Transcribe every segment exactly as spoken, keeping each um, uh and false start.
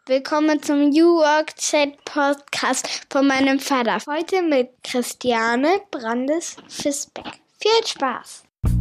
Willkommen zum New Work Chat Podcast von meinem Vater. Heute mit Christiane Brandes-Fisbeck. Viel Spaß!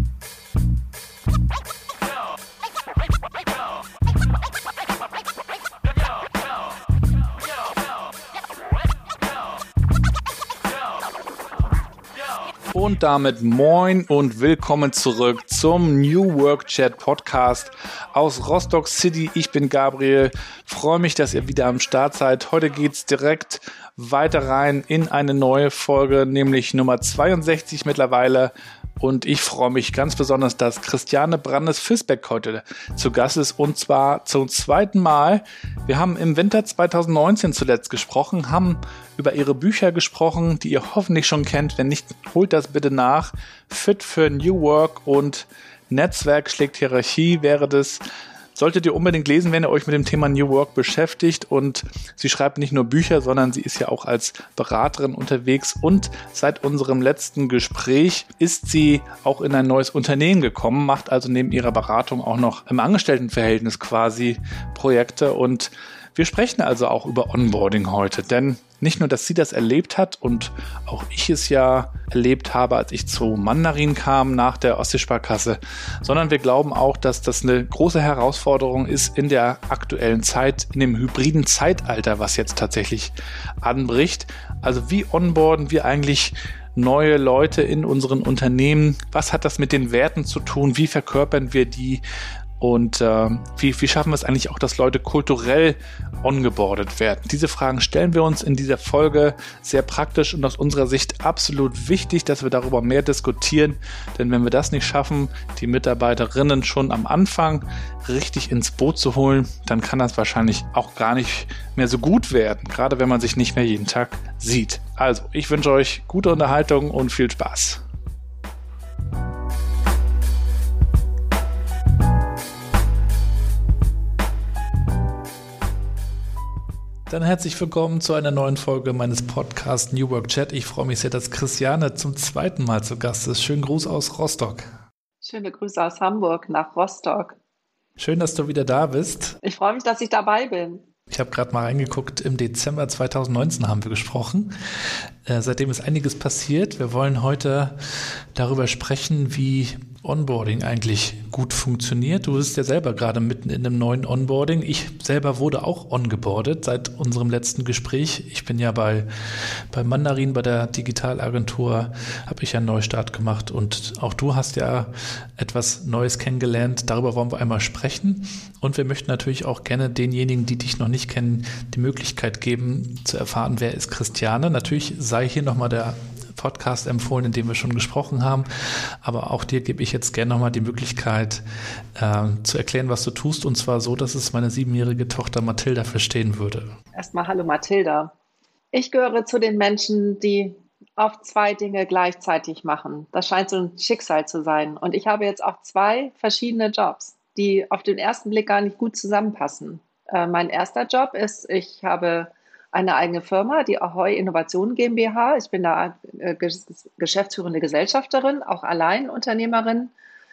Und damit moin und willkommen zurück zum New Work Chat Podcast aus Rostock City. Ich bin Gabriel, freue mich, dass ihr wieder am Start seid. Heute geht's direkt weiter rein in eine neue Folge, nämlich Nummer zweiundsechzig mittlerweile. Und ich freue mich ganz besonders, dass Christiane Brandes-Fisbeck heute zu Gast ist, und zwar zum zweiten Mal. Wir haben im Winter zwanzig neunzehn zuletzt gesprochen, haben über ihre Bücher gesprochen, die ihr hoffentlich schon kennt. Wenn nicht, holt das bitte nach. Fit für New Work und Netzwerk schlägt Hierarchie wäre das. Solltet ihr unbedingt lesen, wenn ihr euch mit dem Thema New Work beschäftigt. Und sie schreibt nicht nur Bücher, sondern sie ist ja auch als Beraterin unterwegs. Und seit unserem letzten Gespräch ist sie auch in ein neues Unternehmen gekommen, macht also neben ihrer Beratung auch noch im Angestelltenverhältnis quasi Projekte. Und wir sprechen also auch über Onboarding heute, denn nicht nur, dass sie das erlebt hat und auch ich es ja erlebt habe, als ich zu Mandarin kam nach der Ostseesparkasse, sondern wir glauben auch, dass das eine große Herausforderung ist in der aktuellen Zeit, in dem hybriden Zeitalter, was jetzt tatsächlich anbricht. Also wie onboarden wir eigentlich neue Leute in unseren Unternehmen? Was hat das mit den Werten zu tun? Wie verkörpern wir die? Und äh, wie, wie schaffen wir es eigentlich auch, dass Leute kulturell ongeboardet werden? Diese Fragen stellen wir uns in dieser Folge sehr praktisch und aus unserer Sicht absolut wichtig, dass wir darüber mehr diskutieren. Denn wenn wir das nicht schaffen, die Mitarbeiterinnen schon am Anfang richtig ins Boot zu holen, dann kann das wahrscheinlich auch gar nicht mehr so gut werden, gerade wenn man sich nicht mehr jeden Tag sieht. Also, ich wünsche euch gute Unterhaltung und viel Spaß. Dann herzlich willkommen zu einer neuen Folge meines Podcasts New Work Chat. Ich freue mich sehr, dass Christiane zum zweiten Mal zu Gast ist. Schönen Gruß aus Rostock. Schöne Grüße aus Hamburg nach Rostock. Schön, dass du wieder da bist. Ich freue mich, dass ich dabei bin. Ich habe gerade mal reingeguckt, im Dezember zwanzig neunzehn haben wir gesprochen. Äh, seitdem ist einiges passiert. Wir wollen heute darüber sprechen, wie Onboarding eigentlich gut funktioniert. Du bist ja selber gerade mitten in einem neuen Onboarding. Ich selber wurde auch ongeboardet seit unserem letzten Gespräch. Ich bin ja bei, bei Mandarin, bei der Digitalagentur, habe ich ja einen Neustart gemacht und auch du hast ja etwas Neues kennengelernt. Darüber wollen wir einmal sprechen und wir möchten natürlich auch gerne denjenigen, die dich noch nicht kennen, die Möglichkeit geben, zu erfahren, wer ist Christiane. Natürlich sei hier nochmal der Podcast empfohlen, in dem wir schon gesprochen haben. Aber auch dir gebe ich jetzt gerne nochmal die Möglichkeit, äh, zu erklären, was du tust. Und zwar so, dass es meine siebenjährige Tochter Mathilda verstehen würde. Erstmal hallo Mathilda. Ich gehöre zu den Menschen, die oft zwei Dinge gleichzeitig machen. Das scheint so ein Schicksal zu sein. Und ich habe jetzt auch zwei verschiedene Jobs, die auf den ersten Blick gar nicht gut zusammenpassen. Äh, mein erster Job ist, ich habe eine eigene Firma, die Ahoy Innovation GmbH. Ich bin da äh, geschäftsführende Gesellschafterin, auch Alleinunternehmerin,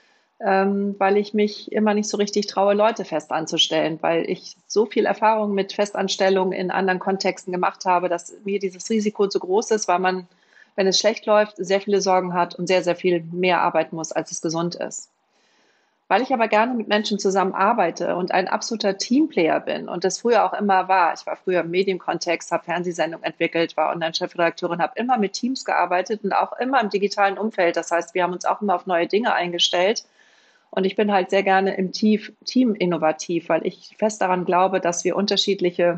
ähm, weil ich mich immer nicht so richtig traue, Leute fest anzustellen, weil ich so viel Erfahrung mit Festanstellungen in anderen Kontexten gemacht habe, dass mir dieses Risiko zu groß ist, weil man, wenn es schlecht läuft, sehr viele Sorgen hat und sehr, sehr viel mehr arbeiten muss, als es gesund ist. Weil ich aber gerne mit Menschen zusammenarbeite und ein absoluter Teamplayer bin und das früher auch immer war. Ich war früher im Medienkontext, habe Fernsehsendungen entwickelt, war Online-Chefredakteurin, habe immer mit Teams gearbeitet und auch immer im digitalen Umfeld. Das heißt, wir haben uns auch immer auf neue Dinge eingestellt. Und ich bin halt sehr gerne im Team innovativ, weil ich fest daran glaube, dass wir unterschiedliche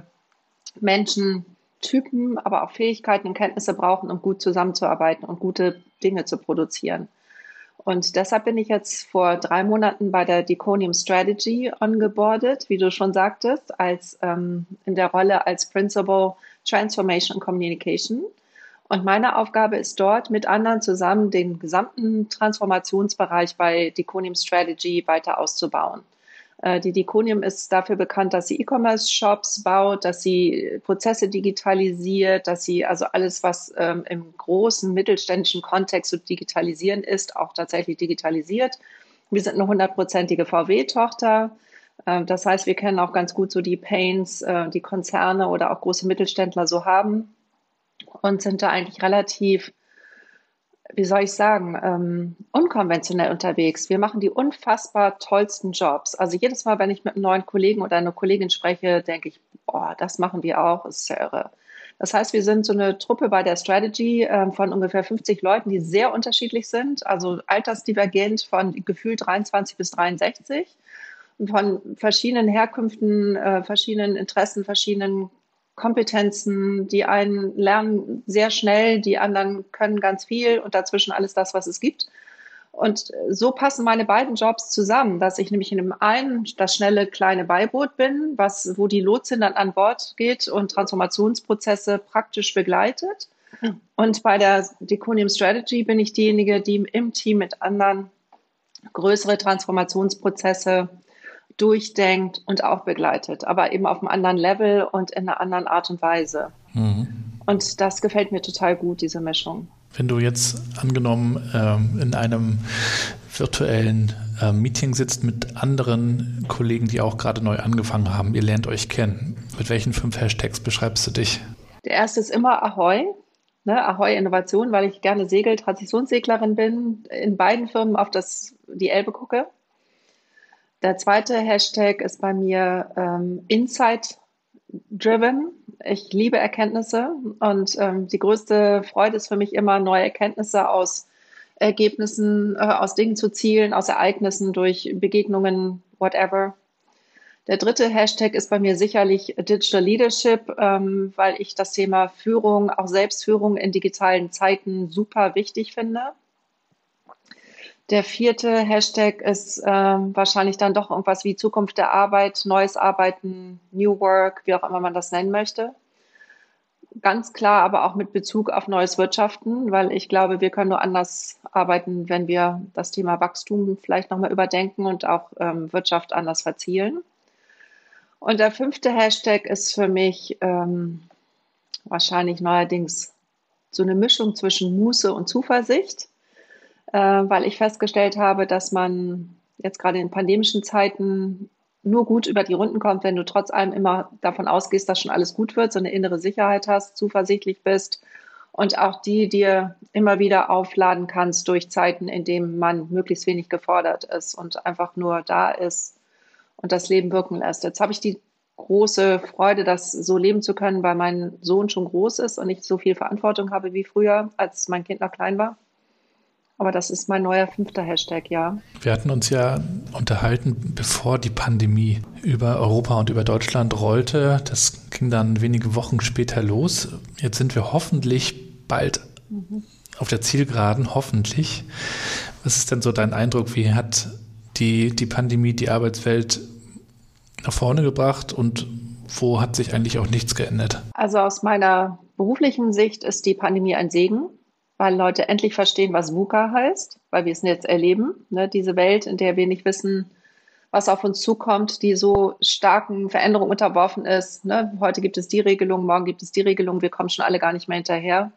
Menschentypen, aber auch Fähigkeiten und Kenntnisse brauchen, um gut zusammenzuarbeiten und gute Dinge zu produzieren. Und deshalb bin ich jetzt vor drei Monaten bei der Diconium Strategy ongeboardet, wie du schon sagtest, als ähm, in der Rolle als Principal Transformation and Communication. Und meine Aufgabe ist dort, mit anderen zusammen den gesamten Transformationsbereich bei Diconium Strategy weiter auszubauen. Die Diconium ist dafür bekannt, dass sie E-Commerce-Shops baut, dass sie Prozesse digitalisiert, dass sie also alles, was ähm, im großen mittelständischen Kontext zu digitalisieren ist, auch tatsächlich digitalisiert. Wir sind eine hundertprozentige V W-Tochter. Ähm, das heißt, wir kennen auch ganz gut so die Pains, äh, die Konzerne oder auch große Mittelständler so haben und sind da eigentlich relativ, wie soll ich sagen, ähm, unkonventionell unterwegs. Wir machen die unfassbar tollsten Jobs. Also jedes Mal, wenn ich mit einem neuen Kollegen oder einer Kollegin spreche, denke ich, boah, das machen wir auch, das ist ja irre. Das heißt, wir sind so eine Truppe bei der Strategy äh, von ungefähr fünfzig Leuten, die sehr unterschiedlich sind, also altersdivergent von gefühlt dreiundzwanzig bis dreiundsechzig, und von verschiedenen Herkünften, äh, verschiedenen Interessen, verschiedenen Kompetenzen. Die einen lernen sehr schnell, die anderen können ganz viel und dazwischen alles das, was es gibt. Und so passen meine beiden Jobs zusammen, dass ich nämlich in dem einen das schnelle kleine Beiboot bin, was, wo die Lotsin dann an Bord geht und Transformationsprozesse praktisch begleitet. Und bei der Diconium Strategy bin ich diejenige, die im Team mit anderen größere Transformationsprozesse durchdenkt und auch begleitet, aber eben auf einem anderen Level und in einer anderen Art und Weise. Mhm. Und das gefällt mir total gut, diese Mischung. Wenn du jetzt angenommen ähm, in einem virtuellen äh, Meeting sitzt mit anderen Kollegen, die auch gerade neu angefangen haben, ihr lernt euch kennen, mit welchen fünf Hashtags beschreibst du dich? Der erste ist immer Ahoi, ne? Ahoi Innovation, weil ich gerne Segel, Transitionsseglerin bin, in beiden Firmen auf das, die Elbe gucke. Der zweite Hashtag ist bei mir ähm, Insight Driven. Ich liebe Erkenntnisse und ähm, die größte Freude ist für mich immer, neue Erkenntnisse aus Ergebnissen, äh, aus Dingen zu zielen, aus Ereignissen, durch Begegnungen, whatever. Der dritte Hashtag ist bei mir sicherlich Digital Leadership, ähm, weil ich das Thema Führung, auch Selbstführung in digitalen Zeiten super wichtig finde. Der vierte Hashtag ist ähm, wahrscheinlich dann doch irgendwas wie Zukunft der Arbeit, neues Arbeiten, New Work, wie auch immer man das nennen möchte. Ganz klar, aber auch mit Bezug auf neues Wirtschaften, weil ich glaube, wir können nur anders arbeiten, wenn wir das Thema Wachstum vielleicht nochmal überdenken und auch ähm, Wirtschaft anders verzielen. Und der fünfte Hashtag ist für mich ähm, wahrscheinlich neuerdings so eine Mischung zwischen Muße und Zuversicht. Weil ich festgestellt habe, dass man jetzt gerade in pandemischen Zeiten nur gut über die Runden kommt, wenn du trotz allem immer davon ausgehst, dass schon alles gut wird, so eine innere Sicherheit hast, zuversichtlich bist und auch die dir immer wieder aufladen kannst durch Zeiten, in denen man möglichst wenig gefordert ist und einfach nur da ist und das Leben wirken lässt. Jetzt habe ich die große Freude, das so leben zu können, weil mein Sohn schon groß ist und ich so viel Verantwortung habe wie früher, als mein Kind noch klein war. Aber das ist mein neuer fünfter Hashtag, ja. Wir hatten uns ja unterhalten, bevor die Pandemie über Europa und über Deutschland rollte. Das ging dann wenige Wochen später los. Jetzt sind wir hoffentlich bald mhm. auf der Zielgeraden, hoffentlich. Was ist denn so dein Eindruck? Wie hat die, die Pandemie die Arbeitswelt nach vorne gebracht und wo hat sich eigentlich auch nichts geändert? Also aus meiner beruflichen Sicht ist die Pandemie ein Segen, weil Leute endlich verstehen, was VUCA heißt, weil wir es jetzt erleben. Ne? Diese Welt, in der wir nicht wissen, was auf uns zukommt, die so starken Veränderungen unterworfen ist. Ne? Heute gibt es die Regelung, morgen gibt es die Regelung, wir kommen schon alle gar nicht mehr hinterher.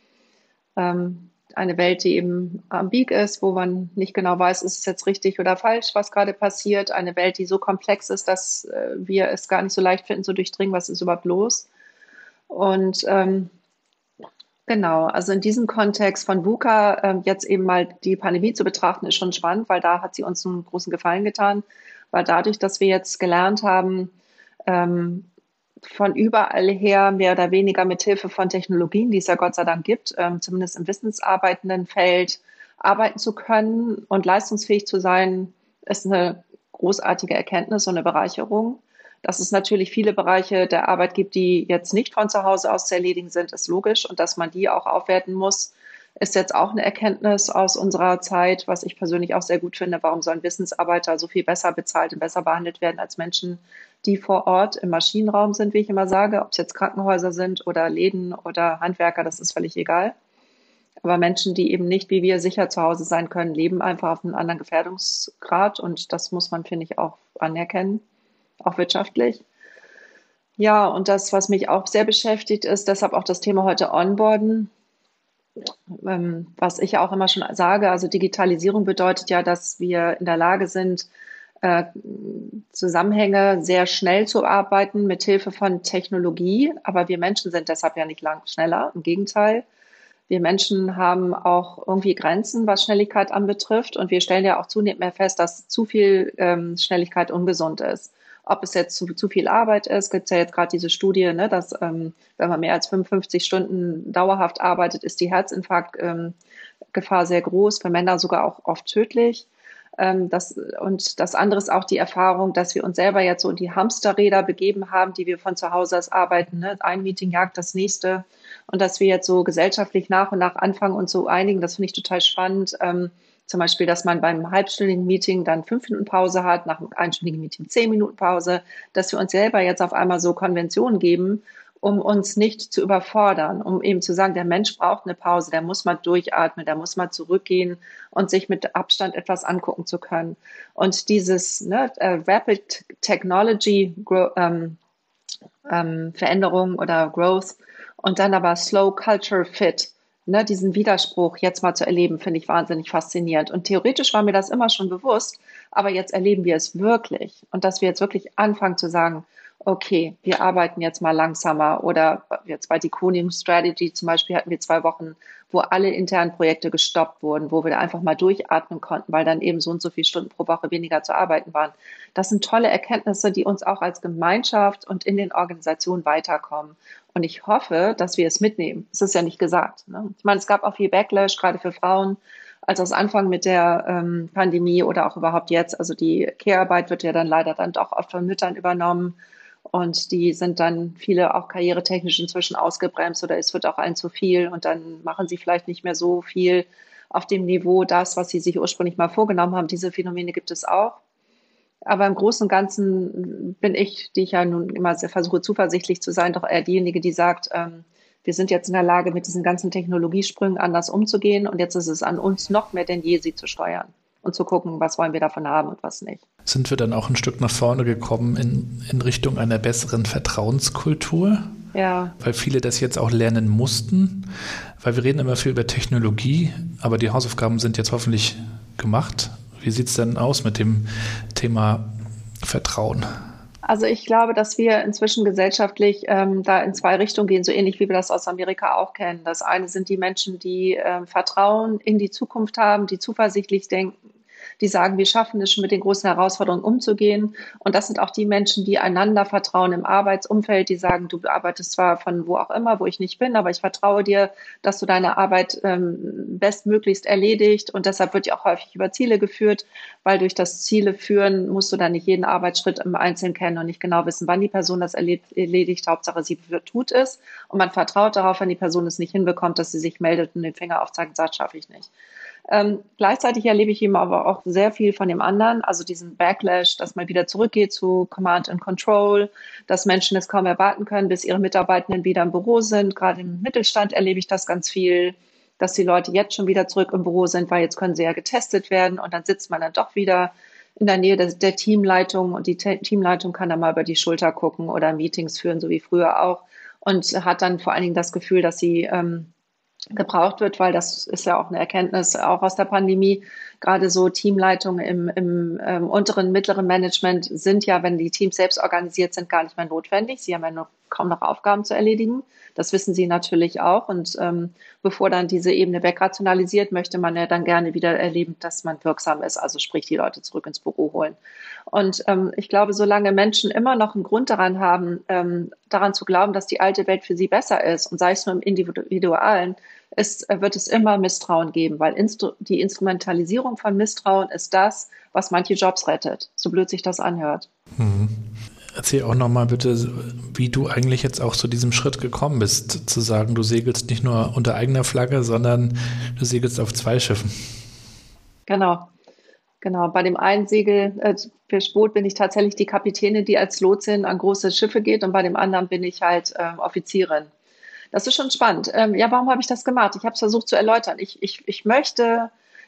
Ähm, eine Welt, die eben ambig ist, wo man nicht genau weiß, ist es jetzt richtig oder falsch, was gerade passiert. Eine Welt, die so komplex ist, dass äh, wir es gar nicht so leicht finden, zu durchdringen, was ist überhaupt los. Und ähm, Genau, also in diesem Kontext von VUCA äh, jetzt eben mal die Pandemie zu betrachten, ist schon spannend, weil da hat sie uns einen großen Gefallen getan, weil dadurch, dass wir jetzt gelernt haben, ähm, von überall her mehr oder weniger mit Hilfe von Technologien, die es ja Gott sei Dank gibt, ähm, zumindest im wissensarbeitenden Feld arbeiten zu können und leistungsfähig zu sein, ist eine großartige Erkenntnis und eine Bereicherung. Dass es natürlich viele Bereiche der Arbeit gibt, die jetzt nicht von zu Hause aus zu erledigen sind, ist logisch. Und dass man die auch aufwerten muss, ist jetzt auch eine Erkenntnis aus unserer Zeit, was ich persönlich auch sehr gut finde. Warum sollen Wissensarbeiter so viel besser bezahlt und besser behandelt werden als Menschen, die vor Ort im Maschinenraum sind, wie ich immer sage, ob es jetzt Krankenhäuser sind oder Läden oder Handwerker, das ist völlig egal. Aber Menschen, die eben nicht wie wir sicher zu Hause sein können, leben einfach auf einem anderen Gefährdungsgrad. Und das muss man, finde ich, auch anerkennen. Auch wirtschaftlich. Ja, und das, was mich auch sehr beschäftigt, ist deshalb auch das Thema heute Onboarden, ähm, was ich ja auch immer schon sage. Also Digitalisierung bedeutet ja, dass wir in der Lage sind, äh, Zusammenhänge sehr schnell zu arbeiten mit Hilfe von Technologie. Aber wir Menschen sind deshalb ja nicht lang schneller. Im Gegenteil. Wir Menschen haben auch irgendwie Grenzen, was Schnelligkeit anbetrifft. Und wir stellen ja auch zunehmend mehr fest, dass zu viel ähm, Schnelligkeit ungesund ist. Ob es jetzt zu, zu viel Arbeit ist, gibt es ja jetzt gerade diese Studie, ne, dass ähm, wenn man mehr als fünfundfünfzig Stunden dauerhaft arbeitet, ist die Herzinfarktgefahr ähm, sehr groß, für Männer sogar auch oft tödlich. Ähm, das, und das andere ist auch die Erfahrung, dass wir uns selber jetzt so in die Hamsterräder begeben haben, die wir von zu Hause aus arbeiten. Ne? Ein Meeting jagt das nächste. Und dass wir jetzt so gesellschaftlich nach und nach anfangen, uns so einigen, das finde ich total spannend. Ähm, zum Beispiel, dass man beim halbstündigen Meeting dann fünf Minuten Pause hat, nach einem einstündigen Meeting zehn Minuten Pause, dass wir uns selber jetzt auf einmal so Konventionen geben, um uns nicht zu überfordern, um eben zu sagen, der Mensch braucht eine Pause, der muss mal durchatmen, der muss mal zurückgehen und sich mit Abstand etwas angucken zu können. Und dieses ne, äh, Rapid Technology Grow, ähm, ähm, Veränderung oder Growth und dann aber Slow Culture Fit, ne, diesen Widerspruch jetzt mal zu erleben, finde ich wahnsinnig faszinierend. Und theoretisch war mir das immer schon bewusst, aber jetzt erleben wir es wirklich. Und dass wir jetzt wirklich anfangen zu sagen, okay, wir arbeiten jetzt mal langsamer oder jetzt bei Deconium Strategy zum Beispiel hatten wir zwei Wochen, wo alle internen Projekte gestoppt wurden, wo wir da einfach mal durchatmen konnten, weil dann eben so und so viele Stunden pro Woche weniger zu arbeiten waren. Das sind tolle Erkenntnisse, die uns auch als Gemeinschaft und in den Organisationen weiterkommen. Und ich hoffe, dass wir es mitnehmen. Es ist ja nicht gesagt. Ne? Ich meine, es gab auch viel Backlash, gerade für Frauen, als das Anfang mit der ähm, Pandemie oder auch überhaupt jetzt. Also die Care-Arbeit wird ja dann leider dann doch oft von Müttern übernommen. Und die sind dann viele auch karrieretechnisch inzwischen ausgebremst oder es wird auch allen zu viel und dann machen sie vielleicht nicht mehr so viel auf dem Niveau, das, was sie sich ursprünglich mal vorgenommen haben. Diese Phänomene gibt es auch. Aber im Großen und Ganzen bin ich, die ich ja nun immer sehr versuche, zuversichtlich zu sein, doch eher diejenige, die sagt, ähm, wir sind jetzt in der Lage, mit diesen ganzen Technologiesprüngen anders umzugehen und jetzt ist es an uns noch mehr denn je, sie zu steuern. Und zu gucken, was wollen wir davon haben und was nicht. Sind wir dann auch ein Stück nach vorne gekommen in, in Richtung einer besseren Vertrauenskultur? Ja. Weil viele das jetzt auch lernen mussten. Weil wir reden immer viel über Technologie, aber die Hausaufgaben sind jetzt hoffentlich gemacht. Wie sieht es denn aus mit dem Thema Vertrauen? Also ich glaube, dass wir inzwischen gesellschaftlich ähm, da in zwei Richtungen gehen, so ähnlich wie wir das aus Amerika auch kennen. Das eine sind die Menschen, die ähm, Vertrauen in die Zukunft haben, die zuversichtlich denken, die sagen, wir schaffen es schon mit den großen Herausforderungen umzugehen. Und das sind auch die Menschen, die einander vertrauen im Arbeitsumfeld, die sagen, du arbeitest zwar von wo auch immer, wo ich nicht bin, aber ich vertraue dir, dass du deine Arbeit ähm, bestmöglichst erledigt. Und deshalb wird ja auch häufig über Ziele geführt, weil durch das Ziele führen musst du dann nicht jeden Arbeitsschritt im Einzelnen kennen und nicht genau wissen, wann die Person das erledigt. Hauptsache, sie tut es. Und man vertraut darauf, wenn die Person es nicht hinbekommt, dass sie sich meldet und den Finger aufzeigt und sagt, schaffe ich nicht. Ähm, gleichzeitig erlebe ich eben aber auch sehr viel von dem anderen, also diesen Backlash, dass man wieder zurückgeht zu Command and Control, dass Menschen es kaum erwarten können, bis ihre Mitarbeitenden wieder im Büro sind. Gerade im Mittelstand erlebe ich das ganz viel, dass die Leute jetzt schon wieder zurück im Büro sind, weil jetzt können sie ja getestet werden und dann sitzt man dann doch wieder in der Nähe der, der Teamleitung und die Te- Teamleitung kann dann mal über die Schulter gucken oder Meetings führen, so wie früher auch und hat dann vor allen Dingen das Gefühl, dass sie ähm, gebraucht wird, weil das ist ja auch eine Erkenntnis auch aus der Pandemie. Gerade so Teamleitungen im, im ähm, unteren, mittleren Management sind ja, wenn die Teams selbst organisiert sind, gar nicht mehr notwendig. Sie haben ja nur kaum noch Aufgaben zu erledigen. Das wissen sie natürlich auch. Und ähm, bevor dann diese Ebene wegrationalisiert, möchte man ja dann gerne wieder erleben, dass man wirksam ist. Also sprich, die Leute zurück ins Büro holen. Und ähm, ich glaube, solange Menschen immer noch einen Grund daran haben, ähm, daran zu glauben, dass die alte Welt für sie besser ist, und sei es nur im Individualen, ist, wird es immer Misstrauen geben, weil Instru- die Instrumentalisierung von Misstrauen ist das, was manche Jobs rettet, so blöd sich das anhört. Mhm. Erzähl auch nochmal bitte, wie du eigentlich jetzt auch zu diesem Schritt gekommen bist, zu sagen, du segelst nicht nur unter eigener Flagge, sondern du segelst auf zwei Schiffen. Genau, genau. Bei dem einen Segel, äh, für Boot bin ich tatsächlich die Kapitänin, die als Lotsin an große Schiffe geht und bei dem anderen bin ich halt äh, Offizierin. Das ist schon spannend. Ähm, ja, warum habe ich das gemacht? Ich habe es versucht zu erläutern. Ich, ich, ich möchte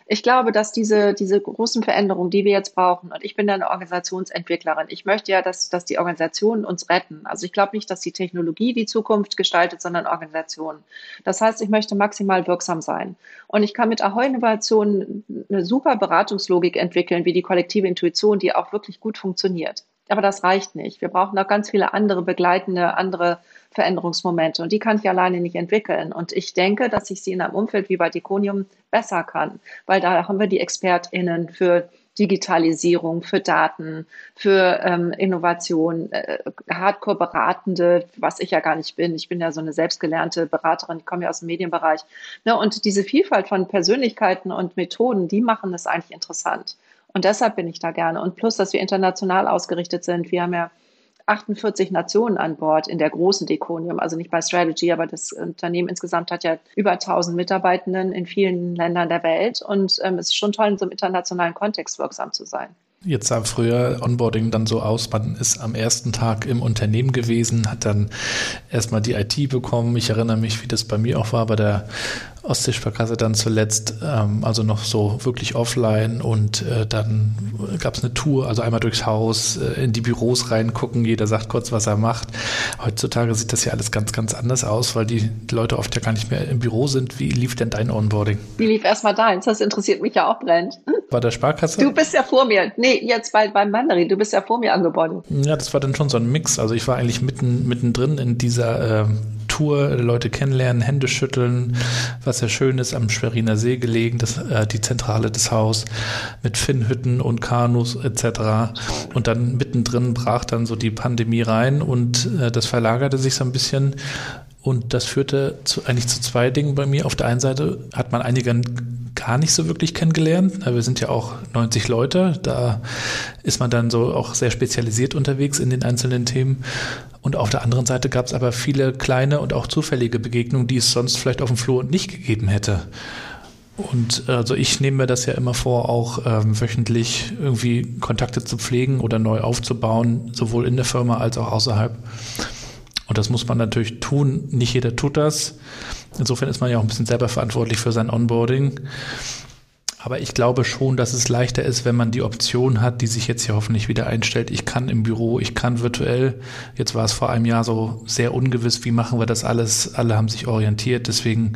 Ich glaube, dass diese, diese großen Veränderungen, die wir jetzt brauchen, und ich bin ja eine Organisationsentwicklerin, ich möchte ja, dass, dass die Organisationen uns retten. Also ich glaube nicht, dass die Technologie die Zukunft gestaltet, sondern Organisationen. Das heißt, ich möchte maximal wirksam sein. Und ich kann mit Ahoi-Innovationen eine super Beratungslogik entwickeln, wie die kollektive Intuition, die auch wirklich gut funktioniert. Aber das reicht nicht. Wir brauchen noch ganz viele andere begleitende, andere Veränderungsmomente. Und die kann ich alleine nicht entwickeln. Und ich denke, dass ich sie in einem Umfeld wie bei Diconium besser kann, weil da haben wir die ExpertInnen für Digitalisierung, für Daten, für ähm, Innovation, äh, Hardcore-Beratende, was ich ja gar nicht bin. Ich bin ja so eine selbstgelernte Beraterin, ich komme ja aus dem Medienbereich. Ne, und diese Vielfalt von Persönlichkeiten und Methoden, die machen es eigentlich interessant. Und deshalb bin ich da gerne. Und plus, dass wir international ausgerichtet sind. Wir haben ja achtundvierzig Nationen an Bord in der großen Diconium, also nicht bei Strategy, aber das Unternehmen insgesamt hat ja über tausend Mitarbeitenden in vielen Ländern der Welt. Und ähm, es ist schon toll, in so einem internationalen Kontext wirksam zu sein. Jetzt sah früher Onboarding dann so aus, man ist am ersten Tag im Unternehmen gewesen, hat dann erstmal die I T bekommen. Ich erinnere mich, wie das bei mir auch war, bei der Ostseesparkasse dann zuletzt, ähm, also noch so wirklich offline und äh, dann gab es eine Tour, also einmal durchs Haus, äh, in die Büros reingucken, jeder sagt kurz, was er macht. Heutzutage sieht das ja alles ganz, ganz anders aus, weil die Leute oft ja gar nicht mehr im Büro sind. Wie lief denn dein Onboarding? Wie lief erstmal deins? Das interessiert mich ja auch brennend. Bei der Sparkasse? Du bist ja vor mir. Nee, jetzt bei, beim Mandarin, du bist ja vor mir angebordet. Ja, das war dann schon so ein Mix. Also ich war eigentlich mitten mittendrin in dieser äh, Tour, Leute kennenlernen, Hände schütteln, was ja schön ist, am Schweriner See gelegen, das, äh, die Zentrale des Hauses mit Finnhütten und Kanus et cetera. Und dann mittendrin brach dann so die Pandemie rein und äh, das verlagerte sich so ein bisschen. Und das führte zu, eigentlich zu zwei Dingen bei mir. Auf der einen Seite hat man einige gar nicht so wirklich kennengelernt. Wir sind ja auch neunzig Leute. Da ist man dann so auch sehr spezialisiert unterwegs in den einzelnen Themen. Und auf der anderen Seite gab es aber viele kleine und auch zufällige Begegnungen, die es sonst vielleicht auf dem Flur nicht gegeben hätte. Und also ich nehme mir das ja immer vor, auch ähm, wöchentlich irgendwie Kontakte zu pflegen oder neu aufzubauen, sowohl in der Firma als auch außerhalb. Und das muss man natürlich tun. Nicht jeder tut das. Insofern ist man ja auch ein bisschen selber verantwortlich für sein Onboarding. Aber ich glaube schon, dass es leichter ist, wenn man die Option hat, die sich jetzt hier hoffentlich wieder einstellt. Ich kann im Büro, ich kann virtuell. Jetzt war es vor einem Jahr so sehr ungewiss, wie machen wir das alles. Alle haben sich orientiert. Deswegen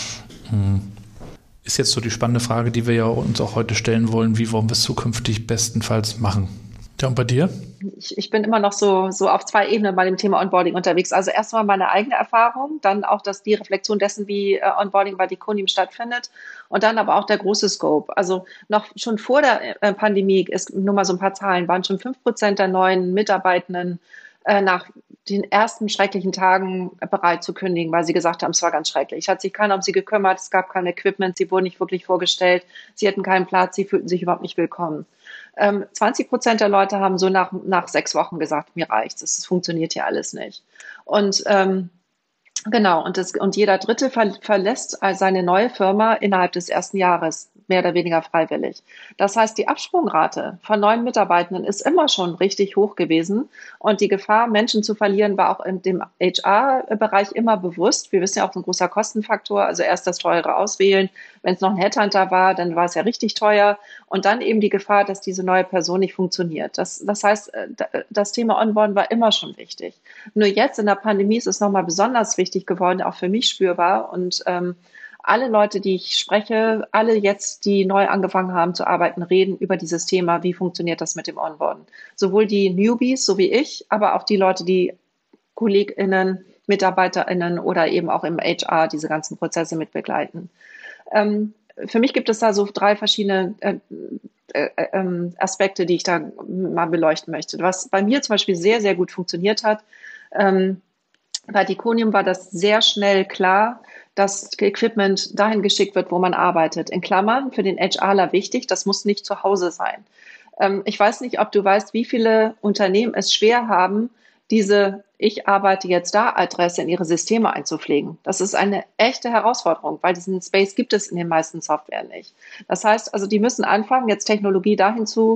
hm, ist jetzt so die spannende Frage, die wir ja uns auch heute stellen wollen. Wie wollen wir es zukünftig bestenfalls machen? Ja, und bei dir? Ich, ich bin immer noch so, so auf zwei Ebenen bei dem Thema Onboarding unterwegs. Also erstmal meine eigene Erfahrung, dann auch das, die Reflexion dessen, wie äh, Onboarding bei Diconium stattfindet und dann aber auch der große Scope. Also noch schon vor der äh, Pandemie, ist nur mal so ein paar Zahlen, waren schon fünf Prozent der neuen Mitarbeitenden äh, nach den ersten schrecklichen Tagen bereit zu kündigen, weil sie gesagt haben, es war ganz schrecklich. Hat sich keiner um sie gekümmert, es gab kein Equipment, sie wurden nicht wirklich vorgestellt, sie hatten keinen Platz, sie fühlten sich überhaupt nicht willkommen. Ähm, zwanzig Prozent der Leute haben so nach, nach sechs Wochen gesagt, mir reicht's, das funktioniert hier alles nicht. Und ähm, genau, und, das, und jeder Dritte ver, verlässt seine neue Firma innerhalb des ersten Jahres, mehr oder weniger freiwillig. Das heißt, die Absprungrate von neuen Mitarbeitenden ist immer schon richtig hoch gewesen und die Gefahr, Menschen zu verlieren, war auch in dem H R-Bereich immer bewusst. Wir wissen ja auch, ein großer Kostenfaktor, also erst das teure Auswählen. Wenn es noch ein Headhunter war, dann war es ja richtig teuer und dann eben die Gefahr, dass diese neue Person nicht funktioniert. Das, das heißt, das Thema Onboarding war immer schon wichtig. Nur jetzt in der Pandemie ist es nochmal besonders wichtig geworden, auch für mich spürbar und ähm, alle Leute, die ich spreche, alle jetzt, die neu angefangen haben zu arbeiten, reden über dieses Thema, wie funktioniert das mit dem Onboarden. Sowohl die Newbies, so wie ich, aber auch die Leute, die KollegInnen, MitarbeiterInnen oder eben auch im H R diese ganzen Prozesse mit begleiten. Ähm, für mich gibt es da so drei verschiedene äh, äh, äh, Aspekte, die ich da mal beleuchten möchte. Was bei mir zum Beispiel sehr, sehr gut funktioniert hat, ähm, bei Diconium war das sehr schnell klar, dass Equipment dahin geschickt wird, wo man arbeitet. In Klammern, für den HRler wichtig, das muss nicht zu Hause sein. Ähm, ich weiß nicht, ob du weißt, wie viele Unternehmen es schwer haben, diese Ich arbeite jetzt da Adresse in ihre Systeme einzupflegen. Das ist eine echte Herausforderung, weil diesen Space gibt es in den meisten Software nicht. Das heißt, also die müssen anfangen, jetzt Technologie dahin zu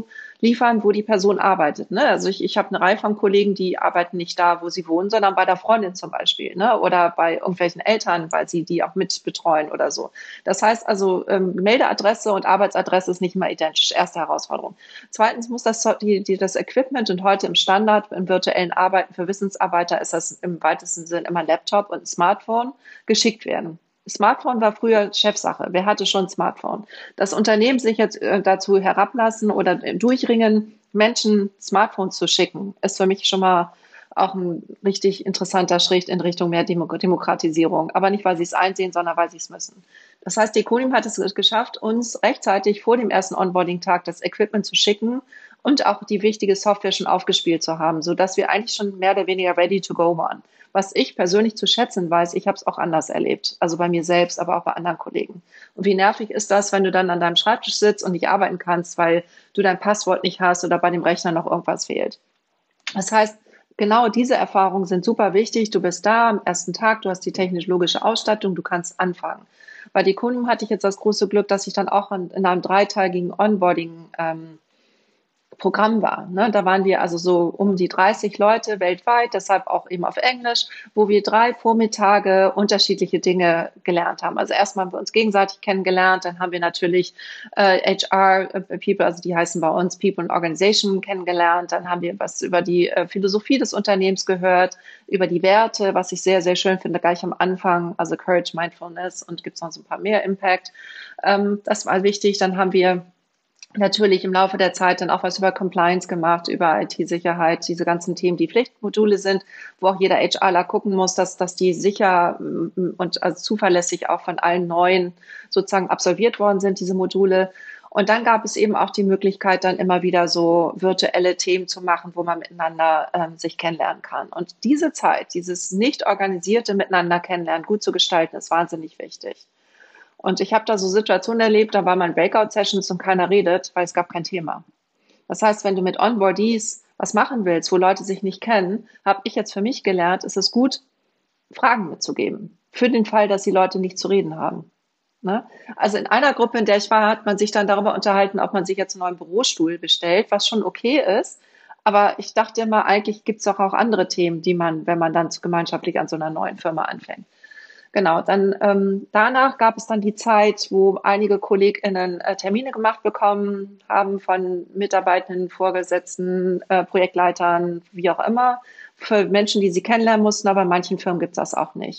liefern, wo die Person arbeitet. Ne? Also ich, ich habe eine Reihe von Kollegen, die arbeiten nicht da, wo sie wohnen, sondern bei der Freundin zum Beispiel, ne? Oder bei irgendwelchen Eltern, weil sie die auch mit betreuen oder so. Das heißt also, ähm, Meldeadresse und Arbeitsadresse ist nicht immer identisch. Erste Herausforderung. Zweitens muss das, die, die, das Equipment und heute im Standard, im virtuellen Arbeiten für Wissensarbeiter ist das im weitesten Sinn immer ein Laptop und ein Smartphone, geschickt werden. Smartphone war früher Chefsache. Wer hatte schon ein Smartphone? Das Unternehmen sich jetzt äh, dazu herablassen oder durchringen, Menschen Smartphones zu schicken, ist für mich schon mal auch ein richtig interessanter Schritt in Richtung mehr Demo Demokratisierung. Aber nicht, weil sie es einsehen, sondern weil sie es müssen. Das heißt, Deconium hat es geschafft, uns rechtzeitig vor dem ersten Onboarding-Tag das Equipment zu schicken und auch die wichtige Software schon aufgespielt zu haben, sodass wir eigentlich schon mehr oder weniger ready to go waren. Was ich persönlich zu schätzen weiß, ich habe es auch anders erlebt. Also bei mir selbst, aber auch bei anderen Kollegen. Und wie nervig ist das, wenn du dann an deinem Schreibtisch sitzt und nicht arbeiten kannst, weil du dein Passwort nicht hast oder bei dem Rechner noch irgendwas fehlt. Das heißt, genau diese Erfahrungen sind super wichtig. Du bist da am ersten Tag, du hast die technisch-logische Ausstattung, du kannst anfangen. Bei Deconium hatte ich jetzt das große Glück, dass ich dann auch in, in einem dreiteiligen Onboarding ähm, Programm war. Ne? Da waren wir also so um die dreißig Leute weltweit, deshalb auch eben auf Englisch, wo wir drei Vormittage unterschiedliche Dinge gelernt haben. Also erstmal haben wir uns gegenseitig kennengelernt, dann haben wir natürlich äh, H R-People, also die heißen bei uns People and Organization, kennengelernt, dann haben wir was über die äh, Philosophie des Unternehmens gehört, über die Werte, was ich sehr, sehr schön finde, gleich am Anfang, also Courage, Mindfulness und gibt es noch so ein paar mehr Impact. Ähm, das war wichtig. Dann haben wir natürlich im Laufe der Zeit dann auch was über Compliance gemacht, über I T-Sicherheit, diese ganzen Themen, die Pflichtmodule sind, wo auch jeder HRler gucken muss, dass, dass die sicher und also zuverlässig auch von allen neuen sozusagen absolviert worden sind, diese Module. Und dann gab es eben auch die Möglichkeit, dann immer wieder so virtuelle Themen zu machen, wo man miteinander ähm, sich kennenlernen kann. Und diese Zeit, dieses nicht organisierte Miteinander kennenlernen, gut zu gestalten, ist wahnsinnig wichtig. Und ich habe da so Situationen erlebt, da war man Breakout-Sessions und keiner redet, weil es gab kein Thema. Das heißt, wenn du mit Onboardees was machen willst, wo Leute sich nicht kennen, habe ich jetzt für mich gelernt, ist es gut, Fragen mitzugeben. Für den Fall, dass die Leute nicht zu reden haben. Ne? Also in einer Gruppe, in der ich war, hat man sich dann darüber unterhalten, ob man sich jetzt einen neuen Bürostuhl bestellt, was schon okay ist. Aber ich dachte immer, eigentlich gibt es doch auch andere Themen, die man, wenn man dann gemeinschaftlich an so einer neuen Firma anfängt. Genau, dann ähm, danach gab es dann die Zeit, wo einige KollegInnen äh, Termine gemacht bekommen haben von Mitarbeitenden, Vorgesetzten, äh, Projektleitern, wie auch immer, für Menschen, die sie kennenlernen mussten, aber in manchen Firmen gibt es das auch nicht.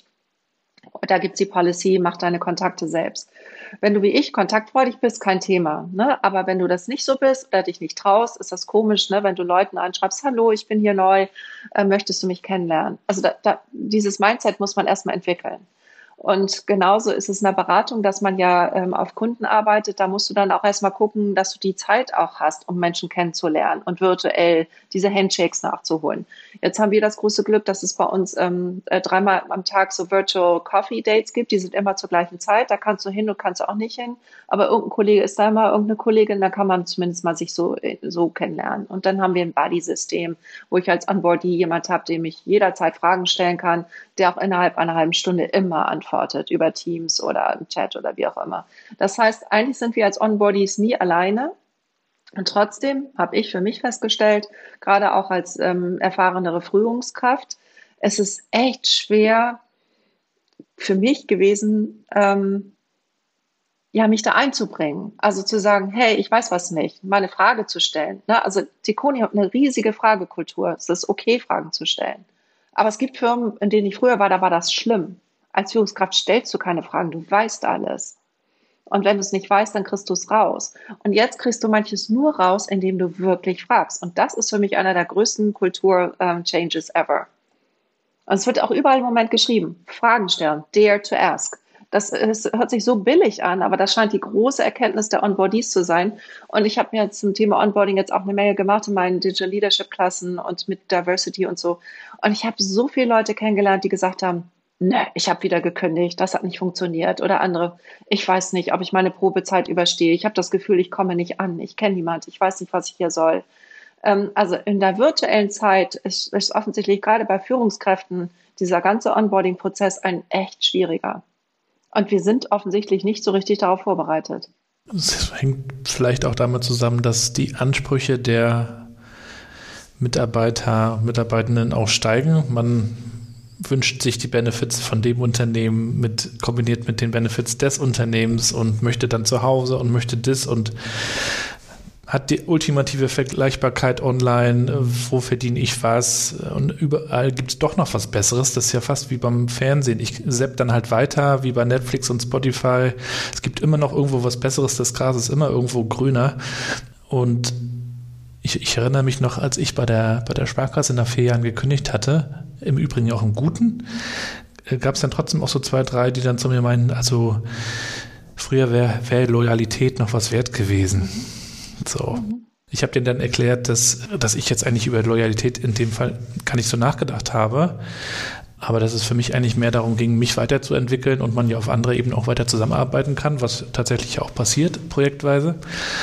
Da gibt es die Policy, mach deine Kontakte selbst. Wenn du wie ich kontaktfreudig bist, kein Thema. Ne? Aber wenn du das nicht so bist oder dich nicht traust, ist das komisch, ne? Wenn du Leuten anschreibst, hallo, ich bin hier neu, äh, möchtest du mich kennenlernen? Also da, da, dieses Mindset muss man erstmal entwickeln. Und genauso ist es in der Beratung, dass man ja ähm, auf Kunden arbeitet. Da musst du dann auch erstmal gucken, dass du die Zeit auch hast, um Menschen kennenzulernen und virtuell diese Handshakes nachzuholen. Jetzt haben wir das große Glück, dass es bei uns ähm, äh, dreimal am Tag so Virtual Coffee Dates gibt. Die sind immer zur gleichen Zeit. Da kannst du hin und kannst du auch nicht hin. Aber irgendein Kollege ist da immer, irgendeine Kollegin, da kann man zumindest mal sich so, so kennenlernen. Und dann haben wir ein Buddy-System, wo ich als Onboardee jemand habe, dem ich jederzeit Fragen stellen kann, der auch innerhalb einer halben Stunde immer antwortet, über Teams oder im Chat oder wie auch immer. Das heißt, eigentlich sind wir als Onboardees nie alleine. Und trotzdem habe ich für mich festgestellt, gerade auch als ähm, erfahrenere Führungskraft, es ist echt schwer für mich gewesen, ähm, ja, mich da einzubringen. Also zu sagen, hey, ich weiß was nicht, mal eine Frage zu stellen. Ne? Also Deconium hat eine riesige Fragekultur. Es ist okay, Fragen zu stellen. Aber es gibt Firmen, in denen ich früher war, da war das schlimm. Als Führungskraft stellst du keine Fragen, du weißt alles. Und wenn du es nicht weißt, dann kriegst du es raus. Und jetzt kriegst du manches nur raus, indem du wirklich fragst. Und das ist für mich einer der größten Kultur-Changes ever. Und es wird auch überall im Moment geschrieben, Fragen stellen, dare to ask. Das ist, hört sich so billig an, aber das scheint die große Erkenntnis der Onboardees zu sein. Und ich habe mir zum Thema Onboarding jetzt auch eine Menge gemacht in meinen Digital Leadership Klassen und mit Diversity und so. Und ich habe so viele Leute kennengelernt, die gesagt haben, ne, ich habe wieder gekündigt, das hat nicht funktioniert. Oder andere, ich weiß nicht, ob ich meine Probezeit überstehe. Ich habe das Gefühl, ich komme nicht an. Ich kenne niemand. Ich weiß nicht, was ich hier soll. Ähm, also in der virtuellen Zeit ist, ist offensichtlich gerade bei Führungskräften dieser ganze Onboarding-Prozess ein echt schwieriger. Und wir sind offensichtlich nicht so richtig darauf vorbereitet. Es hängt vielleicht auch damit zusammen, dass die Ansprüche der Mitarbeiter, Mitarbeitenden auch steigen. Man wünscht sich die Benefits von dem Unternehmen mit, kombiniert mit den Benefits des Unternehmens und möchte dann zu Hause und möchte das und hat die ultimative Vergleichbarkeit online, wo verdiene ich was und überall gibt es doch noch was Besseres. Das ist ja fast wie beim Fernsehen. Ich zapp dann halt weiter, wie bei Netflix und Spotify. Es gibt immer noch irgendwo was Besseres, das Gras ist immer irgendwo grüner. Und ich, ich erinnere mich noch, als ich bei der, bei der Sparkasse nach vier Jahren gekündigt hatte, im Übrigen auch im Guten, gab es dann trotzdem auch so zwei, drei, die dann zu mir meinten, also früher wäre wär Loyalität noch was wert gewesen. So. Ich habe denen dann erklärt, dass, dass ich jetzt eigentlich über Loyalität in dem Fall gar nicht so nachgedacht habe, aber dass es für mich eigentlich mehr darum ging, mich weiterzuentwickeln und man ja auf andere Ebene auch weiter zusammenarbeiten kann, was tatsächlich auch passiert, projektweise.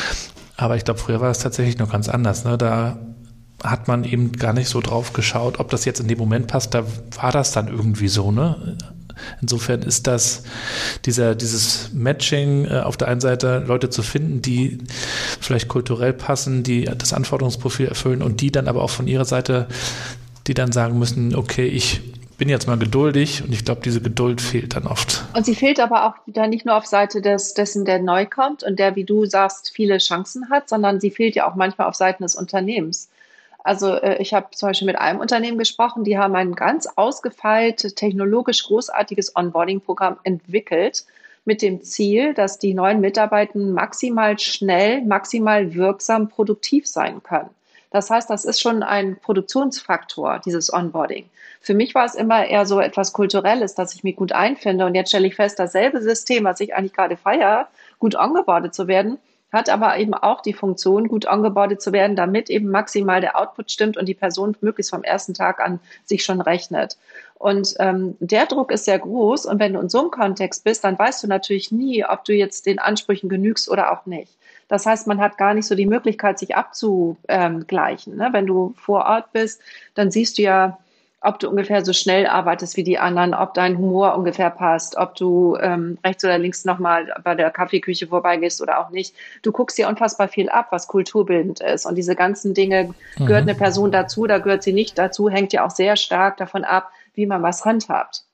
Aber ich glaube, früher war es tatsächlich noch ganz anders. Ne? Da hat man eben gar nicht so drauf geschaut, ob das jetzt in dem Moment passt, da war das dann irgendwie so, ne? Insofern ist das dieser, dieses Matching äh, auf der einen Seite Leute zu finden, die vielleicht kulturell passen, die das Anforderungsprofil erfüllen und die dann aber auch von ihrer Seite, die dann sagen müssen, okay, ich bin jetzt mal geduldig und ich glaube, diese Geduld fehlt dann oft. Und sie fehlt aber auch wieder nicht nur auf Seite des, dessen, der neu kommt und der, wie du sagst, viele Chancen hat, sondern sie fehlt ja auch manchmal auf Seiten des Unternehmens. Also äh, ich habe zum Beispiel mit einem Unternehmen gesprochen, die haben ein ganz ausgefeilt, technologisch großartiges Onboarding-Programm entwickelt mit dem Ziel, dass die neuen Mitarbeitenden maximal schnell, maximal wirksam produktiv sein können. Das heißt, das ist schon ein Produktionsfaktor, dieses Onboarding. Für mich war es immer eher so etwas Kulturelles, dass ich mich gut einfinde. Und jetzt stelle ich fest, dasselbe System, was ich eigentlich gerade feiere, gut ongeboardet zu werden, hat aber eben auch die Funktion, gut ongeboardet zu werden, damit eben maximal der Output stimmt und die Person möglichst vom ersten Tag an sich schon rechnet. Und ähm, der Druck ist sehr groß. Und wenn du in so einem Kontext bist, dann weißt du natürlich nie, ob du jetzt den Ansprüchen genügst oder auch nicht. Das heißt, man hat gar nicht so die Möglichkeit, sich abzugleichen. Ne? Wenn du vor Ort bist, dann siehst du ja, ob du ungefähr so schnell arbeitest wie die anderen, ob dein Humor ungefähr passt, ob du ähm, rechts oder links nochmal bei der Kaffeeküche vorbeigehst oder auch nicht. Du guckst dir unfassbar viel ab, was kulturbildend ist. Und diese ganzen Dinge, mhm. gehört eine Person dazu, da gehört sie nicht dazu, hängt ja auch sehr stark davon ab, wie man was handhabt.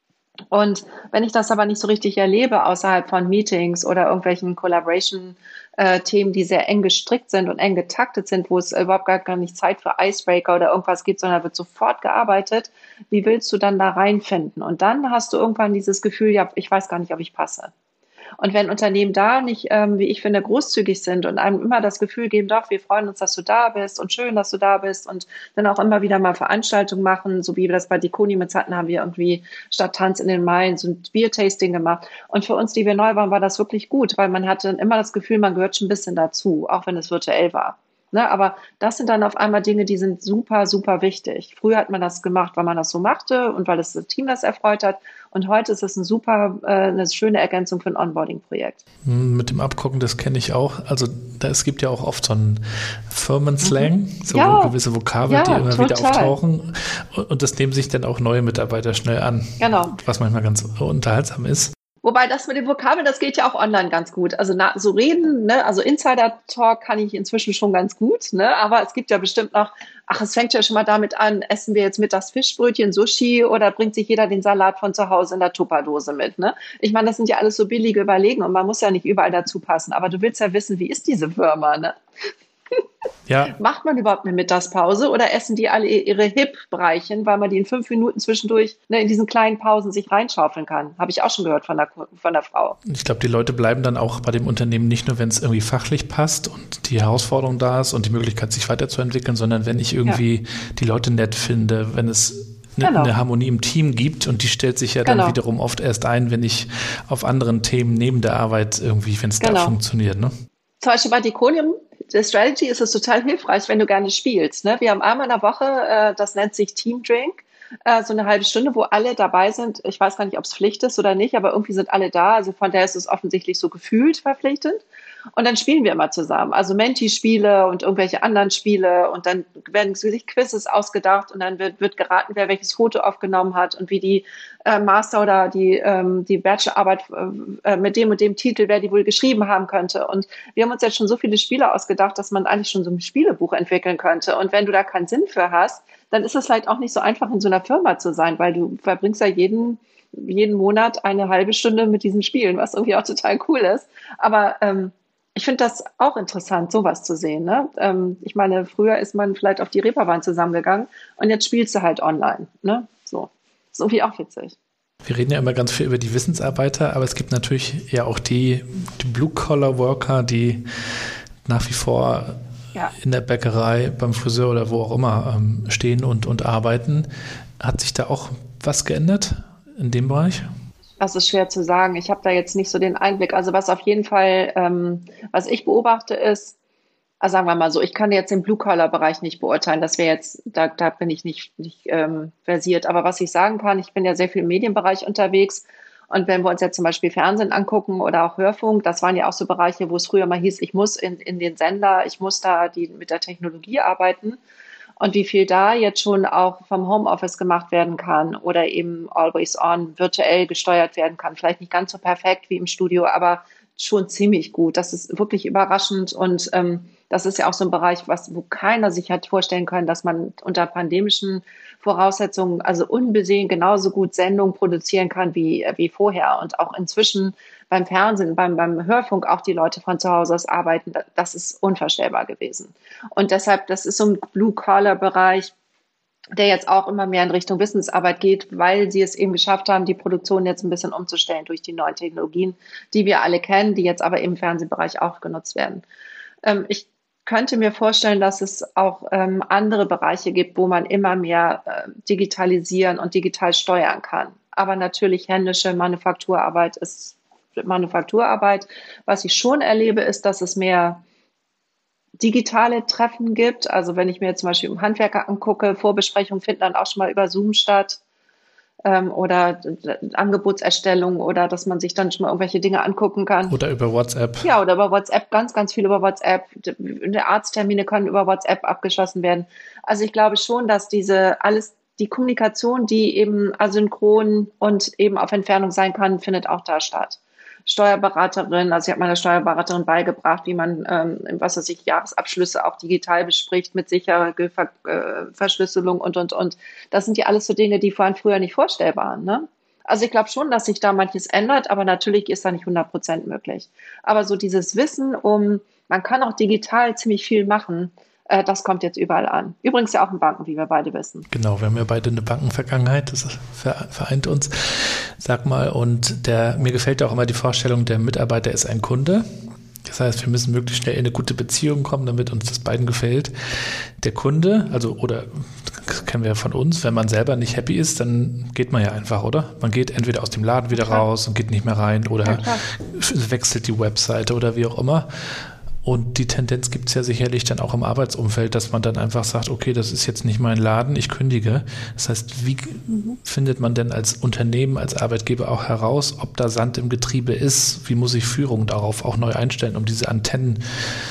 Und wenn ich das aber nicht so richtig erlebe außerhalb von Meetings oder irgendwelchen Collaboration-Themen, die sehr eng gestrickt sind und eng getaktet sind, wo es überhaupt gar, gar nicht Zeit für Icebreaker oder irgendwas gibt, sondern wird sofort gearbeitet, wie willst du dann da reinfinden? Und dann hast du irgendwann dieses Gefühl, ja, ich weiß gar nicht, ob ich passe. Und wenn Unternehmen da nicht, ähm, wie ich finde, großzügig sind und einem immer das Gefühl geben, doch, wir freuen uns, dass du da bist und schön, dass du da bist und dann auch immer wieder mal Veranstaltungen machen, so wie wir das bei Diconi mit hatten, haben wir irgendwie statt Tanz in den Main so ein Biertasting gemacht. Und für uns, die wir neu waren, war das wirklich gut, weil man hatte immer das Gefühl, man gehört schon ein bisschen dazu, auch wenn es virtuell war. Ne, aber das sind dann auf einmal Dinge, die sind super, super wichtig. Früher hat man das gemacht, weil man das so machte und weil das, das Team das erfreut hat. Und heute ist es ein super, äh, eine schöne Ergänzung für ein Onboarding-Projekt. Mit dem Abgucken, das kenne ich auch. Also da, es gibt ja auch oft so einen Firmenslang, mhm. so ja. gewisse Vokabeln, ja, die immer total. wieder auftauchen. Und, und das nehmen sich dann auch neue Mitarbeiter schnell an. Genau. Was manchmal ganz unterhaltsam ist. Wobei das mit den Vokabeln, das geht ja auch online ganz gut. Also na, so reden, ne, also Insider-Talk kann ich inzwischen schon ganz gut, ne, aber es gibt ja bestimmt noch, ach, es fängt ja schon mal damit an, essen wir jetzt mittags Fischbrötchen, Sushi oder bringt sich jeder den Salat von zu Hause in der Tupperdose mit, ne? Ich meine, das sind ja alles so billige Überlegen und man muss ja nicht überall dazu passen, aber du willst ja wissen, wie ist diese Firma, ne? Ja. Macht man überhaupt eine Mittagspause oder essen die alle ihre Hip-Breichen, weil man die in fünf Minuten zwischendurch, ne, in diesen kleinen Pausen sich reinschaufeln kann? Habe ich auch schon gehört von der, von der Frau. Ich glaube, die Leute bleiben dann auch bei dem Unternehmen nicht nur, wenn es irgendwie fachlich passt und die Herausforderung da ist und die Möglichkeit, sich weiterzuentwickeln, sondern wenn ich irgendwie ja. die Leute nett finde, wenn es eine, genau. eine Harmonie im Team gibt und die stellt sich ja dann genau. wiederum oft erst ein, wenn ich auf anderen Themen neben der Arbeit irgendwie, wenn es genau. da funktioniert, ne? Zum Beispiel bei Diconium, der Strategy ist es total hilfreich, wenn du gerne spielst. Ne? Wir haben einmal in der Woche, äh, das nennt sich Team Drink, äh, so eine halbe Stunde, wo alle dabei sind. Ich weiß gar nicht, ob es Pflicht ist oder nicht, aber irgendwie sind alle da. Also von daher ist es offensichtlich so gefühlt verpflichtend. Und dann spielen wir immer zusammen. Also Menti-Spiele und irgendwelche anderen Spiele. Und dann werden sich Quizzes ausgedacht und dann wird, wird geraten, wer welches Foto aufgenommen hat und wie die äh, Master- oder die, ähm, die Bachelorarbeit äh, mit dem und dem Titel, wer die wohl geschrieben haben könnte. Und wir haben uns jetzt schon so viele Spiele ausgedacht, dass man eigentlich schon so ein Spielebuch entwickeln könnte. Und wenn du da keinen Sinn für hast, dann ist es vielleicht auch nicht so einfach, in so einer Firma zu sein, weil du verbringst ja jeden jeden Monat eine halbe Stunde mit diesen Spielen, was irgendwie auch total cool ist. Aber ähm, ich finde das auch interessant, sowas zu sehen. Ne? Ähm, ich meine, früher ist man vielleicht auf die Reeperbahn zusammengegangen und jetzt spielst du halt online. Ne? So. Ist irgendwie auch witzig. Wir reden ja immer ganz viel über die Wissensarbeiter, aber es gibt natürlich ja auch die, die Blue-Collar-Worker, die nach wie vor ja. in der Bäckerei, beim Friseur oder wo auch immer ähm, stehen und, und arbeiten. Hat sich da auch was geändert in dem Bereich? Das ist schwer zu sagen. Ich habe da jetzt nicht so den Einblick. Also was auf jeden Fall, ähm, was ich beobachte ist, also sagen wir mal so, ich kann jetzt den Blue-Collar-Bereich nicht beurteilen. Das wäre jetzt, da, da bin ich nicht, nicht ähm, versiert. Aber was ich sagen kann, ich bin ja sehr viel im Medienbereich unterwegs. Und wenn wir uns jetzt zum Beispiel Fernsehen angucken oder auch Hörfunk, das waren ja auch so Bereiche, wo es früher mal hieß, ich muss in, in den Sender, ich muss da die, mit der Technologie arbeiten. Und wie viel da jetzt schon auch vom Homeoffice gemacht werden kann oder eben always on virtuell gesteuert werden kann. Vielleicht nicht ganz so perfekt wie im Studio, aber schon ziemlich gut. Das ist wirklich überraschend. Und ähm, das ist ja auch so ein Bereich, was, wo keiner sich hat vorstellen können, dass man unter pandemischen Voraussetzungen, also unbesehen genauso gut Sendungen produzieren kann wie, wie vorher. Und auch inzwischen beim Fernsehen, beim, beim Hörfunk auch die Leute von zu Hause aus arbeiten. Das ist unvorstellbar gewesen. Und deshalb, das ist so ein Blue-Collar-Bereich, der jetzt auch immer mehr in Richtung Wissensarbeit geht, weil sie es eben geschafft haben, die Produktion jetzt ein bisschen umzustellen durch die neuen Technologien, die wir alle kennen, die jetzt aber im Fernsehbereich auch genutzt werden. Ähm, ich könnte mir vorstellen, dass es auch ähm, andere Bereiche gibt, wo man immer mehr äh, digitalisieren und digital steuern kann. Aber natürlich händische Manufakturarbeit ist Manufakturarbeit. Was ich schon erlebe, ist, dass es mehr digitale Treffen gibt. Also wenn ich mir zum Beispiel um Handwerker angucke, Vorbesprechungen finden dann auch schon mal über Zoom statt ähm, oder Angebotserstellung oder dass man sich dann schon mal irgendwelche Dinge angucken kann. Oder über WhatsApp. Ja, oder über WhatsApp, ganz, ganz viel über WhatsApp. Die Arzttermine können über WhatsApp abgeschlossen werden. Also ich glaube schon, dass diese alles die Kommunikation, die eben asynchron und eben auf Entfernung sein kann, findet auch da statt. Steuerberaterin, also ich habe meiner Steuerberaterin beigebracht, wie man, ähm, was weiß ich, Jahresabschlüsse auch digital bespricht mit sicherer Ver äh, Verschlüsselung und, und, und. Das sind ja alles so Dinge, die vorhin früher nicht vorstellbar waren, ne? Also ich glaube schon, dass sich da manches ändert, aber natürlich ist da nicht hundert Prozent möglich. Aber so dieses Wissen um, man kann auch digital ziemlich viel machen, äh, das kommt jetzt überall an. Übrigens ja auch in Banken, wie wir beide wissen. Genau, wir haben ja beide eine Bankenvergangenheit, das vereint uns. Sag mal, und der, mir gefällt ja auch immer die Vorstellung, der Mitarbeiter ist ein Kunde. Das heißt, wir müssen möglichst schnell in eine gute Beziehung kommen, damit uns das beiden gefällt. Der Kunde, also oder das kennen wir ja von uns, wenn man selber nicht happy ist, dann geht man ja einfach, oder? Man geht entweder aus dem Laden wieder raus und geht nicht mehr rein oder ja, wechselt die Webseite oder wie auch immer. Und die Tendenz gibt es ja sicherlich dann auch im Arbeitsumfeld, dass man dann einfach sagt, okay, das ist jetzt nicht mein Laden, ich kündige. Das heißt, wie mhm. findet man denn als Unternehmen, als Arbeitgeber auch heraus, ob da Sand im Getriebe ist? Wie muss ich Führung darauf auch neu einstellen, um diese Antennen,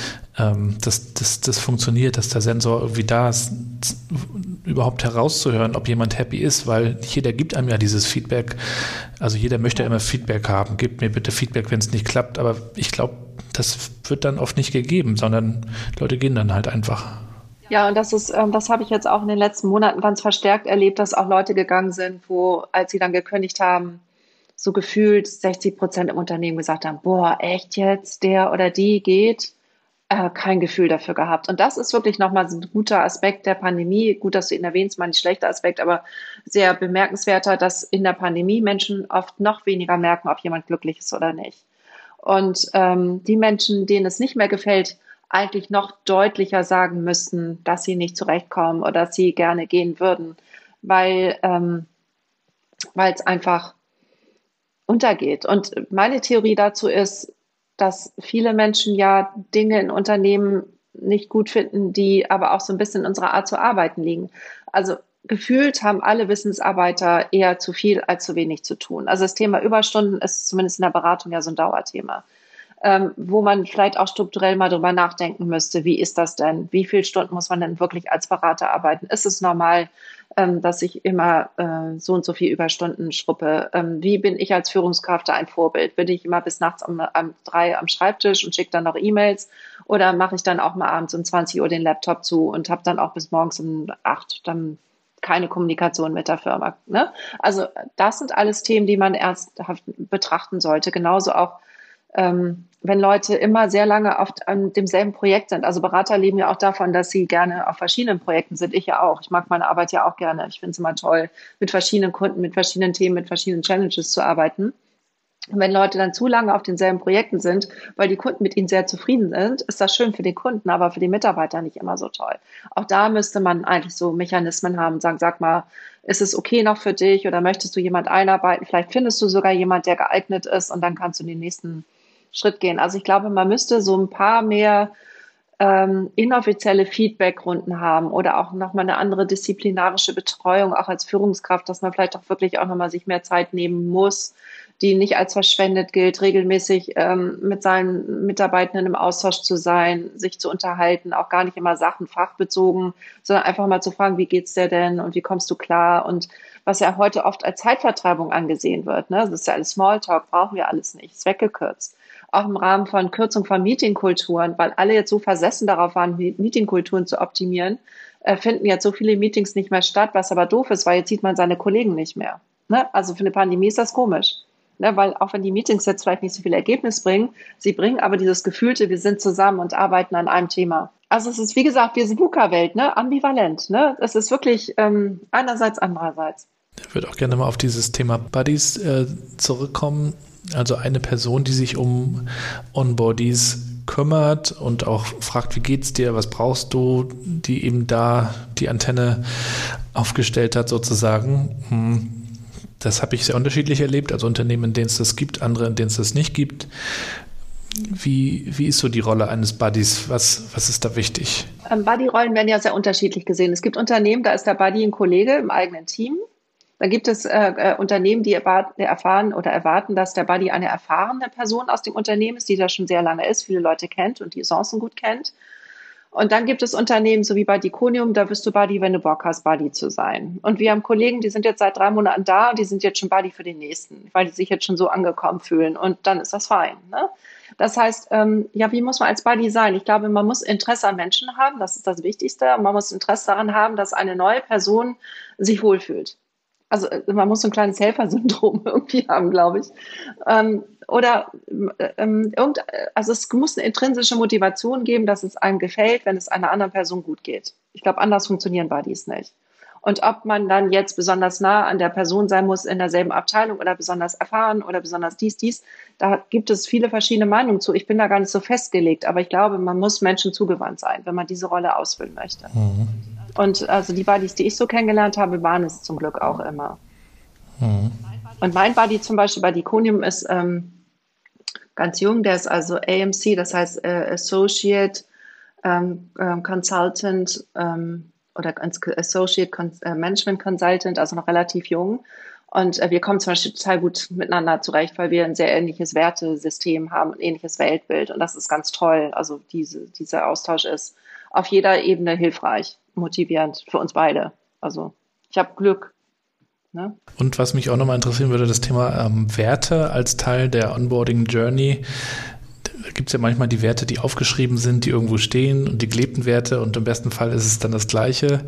ähm, dass das, das funktioniert, dass der Sensor irgendwie da ist, überhaupt herauszuhören, ob jemand happy ist, weil nicht jeder gibt einem ja dieses Feedback. Also jeder möchte ja immer Feedback haben. Gebt mir bitte Feedback, wenn es nicht klappt. Aber ich glaube, das wird dann oft nicht gegeben, sondern Leute gehen dann halt einfach. Ja, und das ist, ähm, das habe ich jetzt auch in den letzten Monaten ganz verstärkt erlebt, dass auch Leute gegangen sind, wo, als sie dann gekündigt haben, so gefühlt sechzig Prozent im Unternehmen gesagt haben, boah, echt jetzt, der oder die geht, äh, kein Gefühl dafür gehabt. Und das ist wirklich nochmal so ein guter Aspekt der Pandemie. Gut, dass du ihn erwähnst, mal ein schlechter Aspekt, aber sehr bemerkenswerter, dass in der Pandemie Menschen oft noch weniger merken, ob jemand glücklich ist oder nicht. Und ähm, die Menschen, denen es nicht mehr gefällt, eigentlich noch deutlicher sagen müssten, dass sie nicht zurechtkommen oder dass sie gerne gehen würden, weil ähm, weil es einfach untergeht. Und meine Theorie dazu ist, dass viele Menschen ja Dinge in Unternehmen nicht gut finden, die aber auch so ein bisschen in unserer Art zu arbeiten liegen. Also gefühlt haben alle Wissensarbeiter eher zu viel als zu wenig zu tun. Also das Thema Überstunden ist zumindest in der Beratung ja so ein Dauerthema. ähm, wo man vielleicht auch strukturell mal drüber nachdenken müsste, wie ist das denn? Wie viele Stunden muss man denn wirklich als Berater arbeiten? Ist es normal, ähm, dass ich immer äh, so und so viel Überstunden schruppe? Ähm, wie bin ich als Führungskraft da ein Vorbild? Bin ich immer bis nachts um, um drei am Schreibtisch und schicke dann noch E-Mails? Oder mache ich dann auch mal abends um zwanzig Uhr den Laptop zu und habe dann auch bis morgens um acht dann keine Kommunikation mit der Firma. Ne? Also das sind alles Themen, die man ernsthaft betrachten sollte. Genauso auch, ähm, wenn Leute immer sehr lange auf an demselben Projekt sind. Also Berater leben ja auch davon, dass sie gerne auf verschiedenen Projekten sind. Ich ja auch. Ich mag meine Arbeit ja auch gerne. Ich finde es immer toll, mit verschiedenen Kunden, mit verschiedenen Themen, mit verschiedenen Challenges zu arbeiten. Und wenn Leute dann zu lange auf denselben Projekten sind, weil die Kunden mit ihnen sehr zufrieden sind, ist das schön für den Kunden, aber für die Mitarbeiter nicht immer so toll. Auch da müsste man eigentlich so Mechanismen haben, sagen, sag mal, ist es okay noch für dich oder möchtest du jemand einarbeiten? Vielleicht findest du sogar jemand, der geeignet ist und dann kannst du den nächsten Schritt gehen. Also ich glaube, man müsste so ein paar mehr ähm, inoffizielle Feedbackrunden haben oder auch nochmal eine andere disziplinarische Betreuung, auch als Führungskraft, dass man vielleicht auch wirklich auch nochmal sich mehr Zeit nehmen muss, die nicht als verschwendet gilt, regelmäßig ähm, mit seinen Mitarbeitenden im Austausch zu sein, sich zu unterhalten, auch gar nicht immer Sachen fachbezogen, sondern einfach mal zu fragen, wie geht's dir denn und wie kommst du klar? Und was ja heute oft als Zeitvertreibung angesehen wird, ne? Das ist ja alles Smalltalk, brauchen wir alles nicht, ist weggekürzt. Auch im Rahmen von Kürzung von Meetingkulturen, weil alle jetzt so versessen darauf waren, Meetingkulturen zu optimieren, äh, finden jetzt so viele Meetings nicht mehr statt, was aber doof ist, weil jetzt sieht man seine Kollegen nicht mehr. Ne? Also für eine Pandemie ist das komisch. Ne, weil auch wenn die Meetings jetzt vielleicht nicht so viel Ergebnis bringen, sie bringen aber dieses Gefühlte, wir sind zusammen und arbeiten an einem Thema. Also es ist, wie gesagt, wir sind VUCA-Welt, ne? Ambivalent. Ne? Es ist wirklich ähm, einerseits, andererseits. Ich würde auch gerne mal auf dieses Thema Buddies äh, zurückkommen. Also eine Person, die sich um Onboardies kümmert und auch fragt, wie geht's dir, was brauchst du, die eben da die Antenne aufgestellt hat sozusagen. Hm. Das habe ich sehr unterschiedlich erlebt, also Unternehmen, in denen es das gibt, andere, in denen es das nicht gibt. Wie, wie ist so die Rolle eines Buddies? Was, was ist da wichtig? Ähm, Buddy-Rollen werden ja sehr unterschiedlich gesehen. Es gibt Unternehmen, da ist der Buddy ein Kollege im eigenen Team. Dann gibt es äh, äh, Unternehmen, die erfahren oder erwarten, dass der Buddy eine erfahrene Person aus dem Unternehmen ist, die da schon sehr lange ist, viele Leute kennt und die Chancen gut kennt. Und dann gibt es Unternehmen, so wie bei Diconium, da bist du Buddy, wenn du Bock hast, Buddy zu sein. Und wir haben Kollegen, die sind jetzt seit drei Monaten da und die sind jetzt schon Buddy für den nächsten, weil die sich jetzt schon so angekommen fühlen. Und dann ist das fein. Ne? Das heißt, ähm, ja, wie muss man als Buddy sein? Ich glaube, man muss Interesse an Menschen haben, das ist das Wichtigste. Und man muss Interesse daran haben, dass eine neue Person sich wohlfühlt. Also man muss so ein kleines Helfersyndrom irgendwie haben, glaube ich. Ähm, oder ähm, irgend, also es muss eine intrinsische Motivation geben, dass es einem gefällt, wenn es einer anderen Person gut geht. Ich glaube, anders funktionieren Buddies nicht. Und ob man dann jetzt besonders nah an der Person sein muss in derselben Abteilung oder besonders erfahren oder besonders dies, dies, da gibt es viele verschiedene Meinungen zu. Ich bin da gar nicht so festgelegt, aber ich glaube, man muss Menschen zugewandt sein, wenn man diese Rolle ausfüllen möchte. Mhm. Und also die Buddies, die ich so kennengelernt habe, waren es zum Glück auch immer. Mhm. Und mein Buddy zum Beispiel bei Diconium ist ähm, ganz jung, der ist also A M C, das heißt äh, Associate ähm, äh, Consultant ähm, oder Associate Con- äh, Management Consultant, also noch relativ jung. Und äh, wir kommen zum Beispiel total gut miteinander zurecht, weil wir ein sehr ähnliches Wertesystem haben, ein ähnliches Weltbild. Und das ist ganz toll. Also diese, dieser Austausch ist auf jeder Ebene hilfreich, motivierend für uns beide. Also ich habe Glück. Ne? Und was mich auch nochmal interessieren würde, das Thema ähm, Werte als Teil der Onboarding Journey. Da gibt es ja manchmal die Werte, die aufgeschrieben sind, die irgendwo stehen und die gelebten Werte und im besten Fall ist es dann das Gleiche.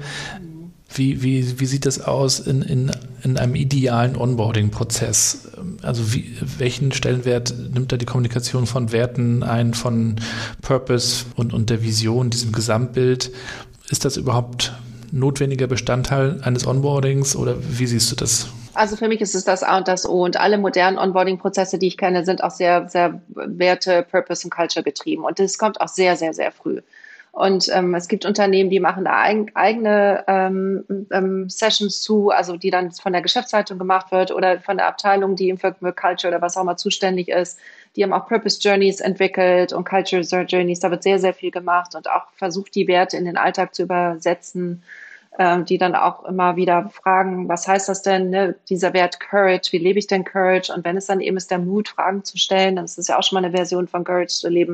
Wie, wie, wie sieht das aus in, in, in einem idealen Onboarding-Prozess? Also wie, welchen Stellenwert nimmt da die Kommunikation von Werten ein, von Purpose und, und der Vision, diesem Gesamtbild? Ist das überhaupt notwendiger Bestandteil eines Onboardings oder wie siehst du das? Also für mich ist es das A und das O und alle modernen Onboarding-Prozesse, die ich kenne, sind auch sehr, sehr Werte, Purpose und Culture getrieben und das kommt auch sehr, sehr, sehr früh. Und ähm, es gibt Unternehmen, die machen da eig- eigene ähm, ähm, Sessions zu, also die dann von der Geschäftsleitung gemacht wird oder von der Abteilung, die für Culture oder was auch immer zuständig ist. Die haben auch Purpose Journeys entwickelt und Culture Journeys. Da wird sehr, sehr viel gemacht und auch versucht, die Werte in den Alltag zu übersetzen. äh, die dann auch immer wieder fragen, was heißt das denn, ne? Dieser Wert Courage, wie lebe ich denn Courage? Und wenn es dann eben ist, der Mut, Fragen zu stellen, dann ist das ja auch schon mal eine Version von Courage zu leben.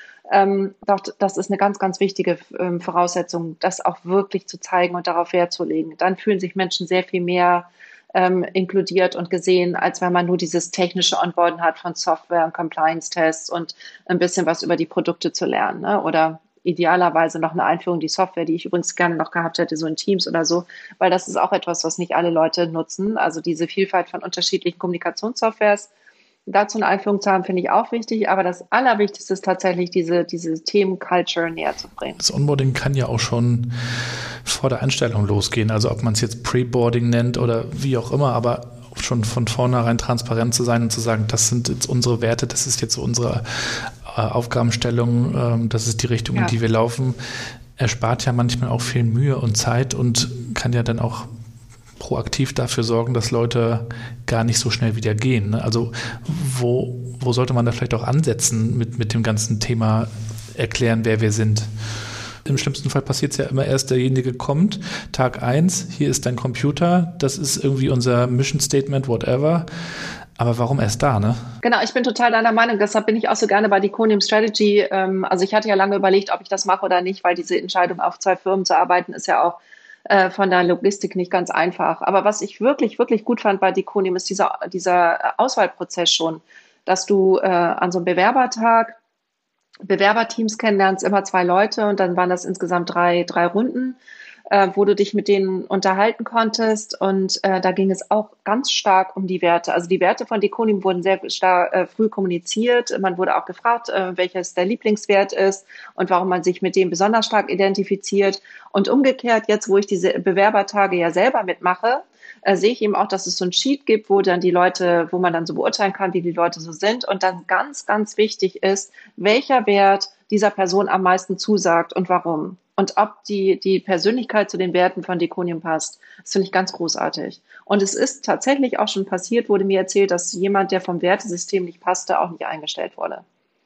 Ähm, doch, das ist eine ganz, ganz wichtige ähm, Voraussetzung, das auch wirklich zu zeigen und darauf Wert zu legen. Dann fühlen sich Menschen sehr viel mehr ähm, inkludiert und gesehen, als wenn man nur dieses technische Onboarden hat von Software und Compliance-Tests und ein bisschen was über die Produkte zu lernen, ne? Oder idealerweise noch eine Einführung in die Software, die ich übrigens gerne noch gehabt hätte, so in Teams oder so, weil das ist auch etwas, was nicht alle Leute nutzen. Also diese Vielfalt von unterschiedlichen Kommunikationssoftwares, dazu eine Einführung zu haben, finde ich auch wichtig. Aber das Allerwichtigste ist tatsächlich, diese, diese Themen-Culture näher zu bringen. Das Onboarding kann ja auch schon vor der Einstellung losgehen. Also ob man es jetzt Pre-Boarding nennt oder wie auch immer, aber schon von vornherein transparent zu sein und zu sagen, das sind jetzt unsere Werte, das ist jetzt unsere äh, Aufgabenstellung, ähm, das ist die Richtung, ja. in die wir laufen, erspart ja manchmal auch viel Mühe und Zeit und kann ja dann auch proaktiv dafür sorgen, dass Leute gar nicht so schnell wieder gehen. Ne? Also wo, wo sollte man da vielleicht auch ansetzen mit, mit dem ganzen Thema erklären, wer wir sind? Im schlimmsten Fall passiert es ja immer erst, derjenige kommt, Tag eins, hier ist dein Computer, das ist irgendwie unser Mission Statement, whatever. Aber warum erst da, ne? Genau, ich bin total deiner Meinung. Deshalb bin ich auch so gerne bei Diconium Strategy. Ähm, also ich hatte ja lange überlegt, ob ich das mache oder nicht, weil diese Entscheidung, auf zwei Firmen zu arbeiten, ist ja auch äh, von der Logistik nicht ganz einfach. Aber was ich wirklich, wirklich gut fand bei Diconium, ist dieser, dieser Auswahlprozess schon, dass du äh, an so einem Bewerbertag Bewerberteams kennenlernst, immer zwei Leute und dann waren das insgesamt drei, drei Runden, äh, wo du dich mit denen unterhalten konntest und äh, da ging es auch ganz stark um die Werte. Also die Werte von Diconium wurden sehr stark äh, früh kommuniziert. Man wurde auch gefragt, äh, welches der Lieblingswert ist und warum man sich mit dem besonders stark identifiziert. Und umgekehrt, jetzt wo ich diese Bewerbertage ja selber mitmache, Äh, sehe ich eben auch, dass es so ein Sheet gibt, wo dann die Leute, wo man dann so beurteilen kann, wie die Leute so sind und dann ganz, ganz wichtig ist, welcher Wert dieser Person am meisten zusagt und warum und ob die, die Persönlichkeit zu den Werten von Diconium passt. Das finde ich ganz großartig. Und es ist tatsächlich auch schon passiert, wurde mir erzählt, dass jemand, der vom Wertesystem nicht passte, auch nicht eingestellt wurde.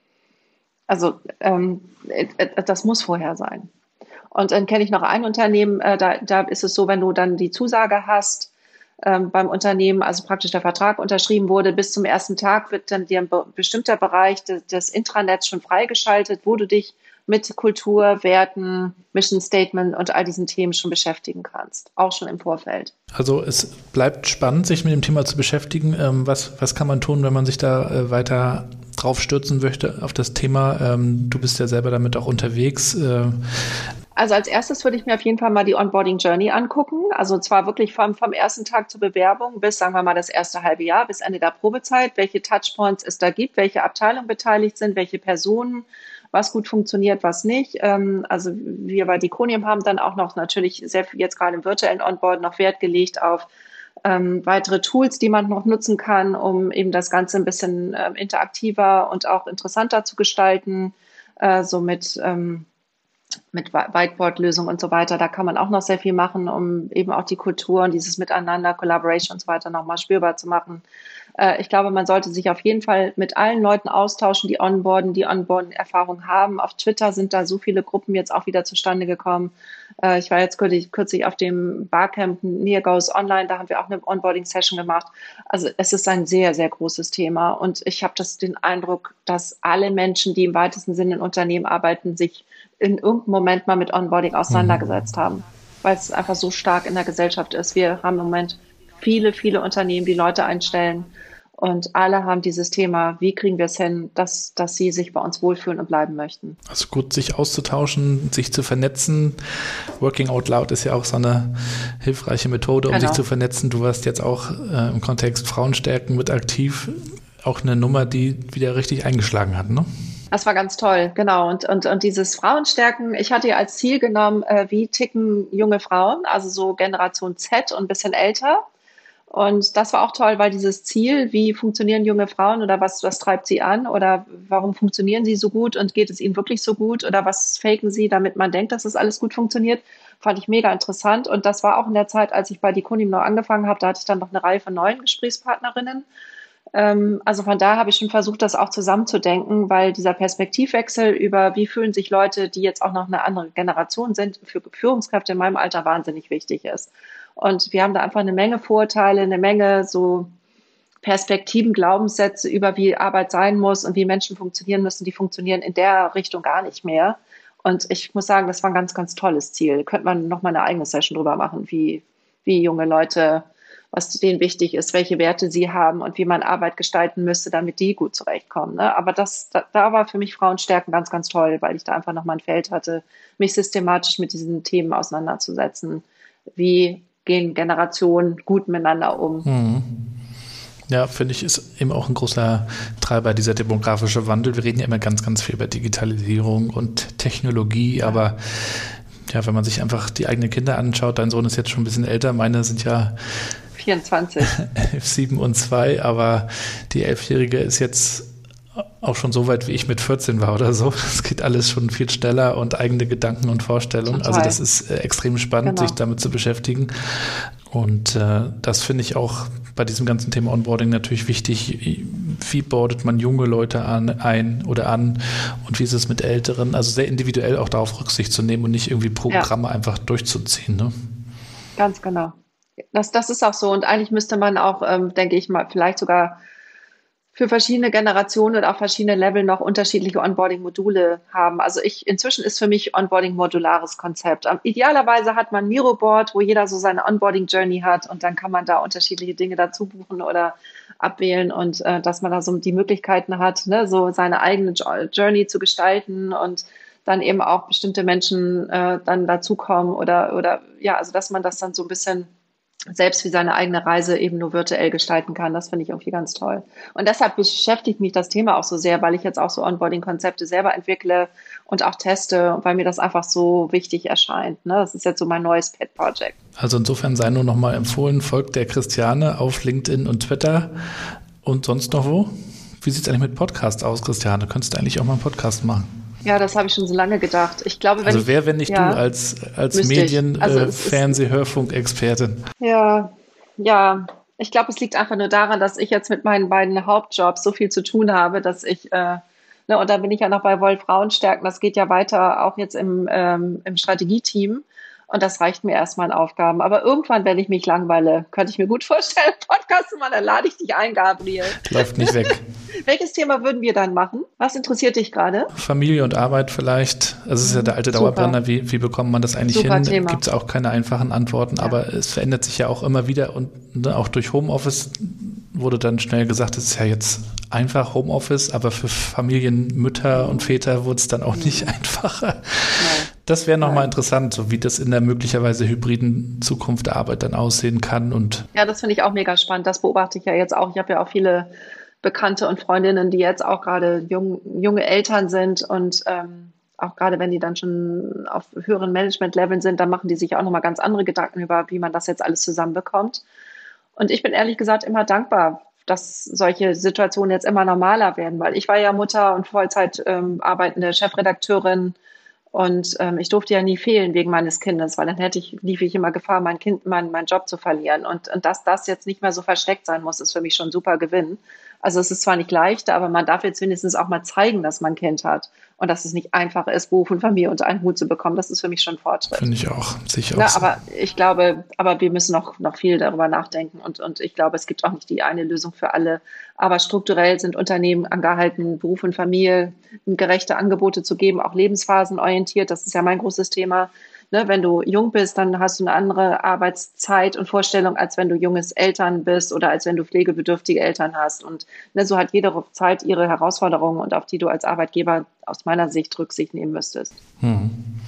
Also ähm, das muss vorher sein. Und dann kenne ich noch ein Unternehmen, äh, da, da ist es so, wenn du dann die Zusage hast, Ähm, beim Unternehmen, also praktisch der Vertrag unterschrieben wurde, bis zum ersten Tag wird dann dir ein be- bestimmter Bereich des, des Intranets schon freigeschaltet, wo du dich mit Kultur, Werten, Mission Statement und all diesen Themen schon beschäftigen kannst, auch schon im Vorfeld. Also es bleibt spannend, sich mit dem Thema zu beschäftigen. Ähm, was, was kann man tun, wenn man sich da äh, weiter drauf stürzen möchte auf das Thema? Ähm, du bist ja selber damit auch unterwegs. Äh, Also als erstes würde ich mir auf jeden Fall mal die Onboarding Journey angucken. Also zwar wirklich vom, vom ersten Tag zur Bewerbung bis, sagen wir mal, das erste halbe Jahr, bis Ende der Probezeit, welche Touchpoints es da gibt, welche Abteilungen beteiligt sind, welche Personen, was gut funktioniert, was nicht. Ähm, also wir bei Diconium haben dann auch noch natürlich sehr viel jetzt gerade im virtuellen Onboard noch Wert gelegt auf ähm, weitere Tools, die man noch nutzen kann, um eben das Ganze ein bisschen ähm, interaktiver und auch interessanter zu gestalten. Äh, so mit ähm, mit Whiteboard-Lösungen und so weiter. Da kann man auch noch sehr viel machen, um eben auch die Kultur und dieses Miteinander, Collaboration und so weiter nochmal spürbar zu machen. Äh, ich glaube, man sollte sich auf jeden Fall mit allen Leuten austauschen, die onboarden, die Onboarding-Erfahrung haben. Auf Twitter sind da so viele Gruppen jetzt auch wieder zustande gekommen. Äh, ich war jetzt kürzlich, kürzlich auf dem Barcamp Near Goes Online, da haben wir auch eine Onboarding-Session gemacht. Also es ist ein sehr, sehr großes Thema und ich habe das den Eindruck, dass alle Menschen, die im weitesten Sinne in Unternehmen arbeiten, sich in irgendeinem Moment mal mit Onboarding auseinandergesetzt haben, weil es einfach so stark in der Gesellschaft ist. Wir haben im Moment viele, viele Unternehmen, die Leute einstellen und alle haben dieses Thema, wie kriegen wir es hin, dass, dass sie sich bei uns wohlfühlen und bleiben möchten. Also gut, sich auszutauschen, sich zu vernetzen. Working Out Loud ist ja auch so eine hilfreiche Methode, um Genau. sich zu vernetzen. Du warst jetzt auch äh, im Kontext Frauenstärken mit aktiv, auch eine Nummer, die wieder richtig eingeschlagen hat, ne? Das war ganz toll, genau. Und, und, und dieses Frauenstärken, ich hatte ja als Ziel genommen, äh, wie ticken junge Frauen, also so Generation Z und ein bisschen älter. Und das war auch toll, weil dieses Ziel, wie funktionieren junge Frauen oder was, was treibt sie an oder warum funktionieren sie so gut und geht es ihnen wirklich so gut oder was faken sie, damit man denkt, dass das alles gut funktioniert, fand ich mega interessant. Und das war auch in der Zeit, als ich bei Diconium noch angefangen habe, da hatte ich dann noch eine Reihe von neuen Gesprächspartnerinnen, Ähm, also von da habe ich schon versucht, das auch zusammenzudenken, weil dieser Perspektivwechsel über, wie fühlen sich Leute, die jetzt auch noch eine andere Generation sind, für Führungskräfte in meinem Alter wahnsinnig wichtig ist. Und wir haben da einfach eine Menge Vorurteile, eine Menge so Perspektiven, Glaubenssätze über, wie Arbeit sein muss und wie Menschen funktionieren müssen, die funktionieren in der Richtung gar nicht mehr. Und ich muss sagen, das war ein ganz, ganz tolles Ziel. Könnte man noch mal eine eigene Session drüber machen, wie, wie junge Leute, was denen wichtig ist, welche Werte sie haben und wie man Arbeit gestalten müsste, damit die gut zurechtkommen. Ne? Aber das, da, da war für mich Frauenstärken ganz, ganz toll, weil ich da einfach noch mal ein Feld hatte, mich systematisch mit diesen Themen auseinanderzusetzen. Wie gehen Generationen gut miteinander um? Mhm. Ja, finde ich, ist eben auch ein großer Treiber, dieser demografische Wandel. Wir reden ja immer ganz, ganz viel über Digitalisierung und Technologie, ja. aber ja, wenn man sich einfach die eigenen Kinder anschaut, dein Sohn ist jetzt schon ein bisschen älter, meine sind ja vierundzwanzig. elf, sieben und zwei, aber die Elfjährige ist jetzt auch schon so weit, wie ich mit vierzehn war oder so. Es geht alles schon viel schneller und eigene Gedanken und Vorstellungen. Total. Also das ist äh, extrem spannend, genau. sich damit zu beschäftigen. Und äh, das finde ich auch bei diesem ganzen Thema Onboarding natürlich wichtig. Wie boardet man junge Leute an, ein oder an und wie ist es mit Älteren? Also sehr individuell auch darauf Rücksicht zu nehmen und nicht irgendwie Programme ja. einfach durchzuziehen. Ne? Ganz genau. Das, das ist auch so. Und eigentlich müsste man auch, ähm, denke ich mal, vielleicht sogar für verschiedene Generationen und auch verschiedene Level noch unterschiedliche Onboarding-Module haben. Also ich, inzwischen ist für mich Onboarding modulares Konzept. Idealerweise hat man ein Miro-Board, wo jeder so seine Onboarding-Journey hat und dann kann man da unterschiedliche Dinge dazu buchen oder abwählen und äh, dass man da so die Möglichkeiten hat, ne, so seine eigene Journey zu gestalten und dann eben auch bestimmte Menschen äh, dann dazukommen oder, oder ja, also dass man das dann so ein bisschen selbst wie seine eigene Reise eben nur virtuell gestalten kann. Das finde ich irgendwie ganz toll. Und deshalb beschäftigt mich das Thema auch so sehr, weil ich jetzt auch so Onboarding-Konzepte selber entwickle und auch teste, weil mir das einfach so wichtig erscheint. Ne? Das ist jetzt so mein neues Pet-Project. Also insofern sei nur noch mal empfohlen, folgt der Christiane auf LinkedIn und Twitter und sonst noch wo? Wie sieht es eigentlich mit Podcasts aus, Christiane? Könntest du eigentlich auch mal einen Podcast machen? Ja, das habe ich schon so lange gedacht. Ich glaube, wenn also ich, wer, wenn nicht ja, du als, als Medien-, also äh, Fernseh-, Hörfunk-Expertin? Ja, ja. Ich glaube, es liegt einfach nur daran, dass ich jetzt mit meinen beiden Hauptjobs so viel zu tun habe, dass ich, äh, ne, und dann bin ich ja noch bei Wolf Frauenstärken, das geht ja weiter auch jetzt im, ähm, im Strategieteam. Und das reicht mir erstmal an Aufgaben. Aber irgendwann, wenn ich mich langweile, könnte ich mir gut vorstellen, Podcast zu machen, dann lade ich dich ein, Gabriel. Läuft nicht weg. Welches Thema würden wir dann machen? Was interessiert dich gerade? Familie und Arbeit vielleicht. Also es ist ja der alte Super. Dauerbrenner. Wie, wie bekommt man das eigentlich Super hin? Da gibt es auch keine einfachen Antworten. Ja. Aber es verändert sich ja auch immer wieder. Und ne, auch durch Homeoffice wurde dann schnell gesagt, es ist ja jetzt einfach Homeoffice. Aber für Familien, Mütter und Väter wurde es dann auch nicht einfacher. Nein. Das wäre nochmal interessant, so wie das in der möglicherweise hybriden Zukunft der Arbeit dann aussehen kann. Und ja, das finde ich auch mega spannend. Das beobachte ich ja jetzt auch. Ich habe ja auch viele Bekannte und Freundinnen, die jetzt auch gerade jung, junge Eltern sind und ähm, auch gerade wenn die dann schon auf höheren Management-Leveln sind, dann machen die sich auch nochmal ganz andere Gedanken über, wie man das jetzt alles zusammenbekommt. Und ich bin ehrlich gesagt immer dankbar, dass solche Situationen jetzt immer normaler werden, weil ich war ja Mutter und Vollzeit ähm, arbeitende Chefredakteurin. Und ähm, ich durfte ja nie fehlen wegen meines Kindes, weil dann hätte ich, lief ich immer Gefahr, mein Kind, mein, meinen Job zu verlieren. Und, und dass das jetzt nicht mehr so versteckt sein muss, ist für mich schon ein super Gewinn. Also es ist zwar nicht leicht, aber man darf jetzt wenigstens auch mal zeigen, dass man ein Kind hat. Und dass es nicht einfach ist, Beruf und Familie unter einen Hut zu bekommen. Das ist für mich schon ein Fortschritt. Finde ich auch, sicher. Ja, aber ich glaube, aber wir müssen noch, noch viel darüber nachdenken. Und, und ich glaube, es gibt auch nicht die eine Lösung für alle. Aber strukturell sind Unternehmen angehalten, Beruf und Familie gerechte Angebote zu geben, auch lebensphasenorientiert. Das ist ja mein großes Thema. Ne, wenn du jung bist, dann hast du eine andere Arbeitszeit und Vorstellung, als wenn du junges Eltern bist oder als wenn du pflegebedürftige Eltern hast. Und ne, so hat jede Zeit ihre Herausforderungen und auf die du als Arbeitgeber aus meiner Sicht Rücksicht nehmen müsstest. Hm.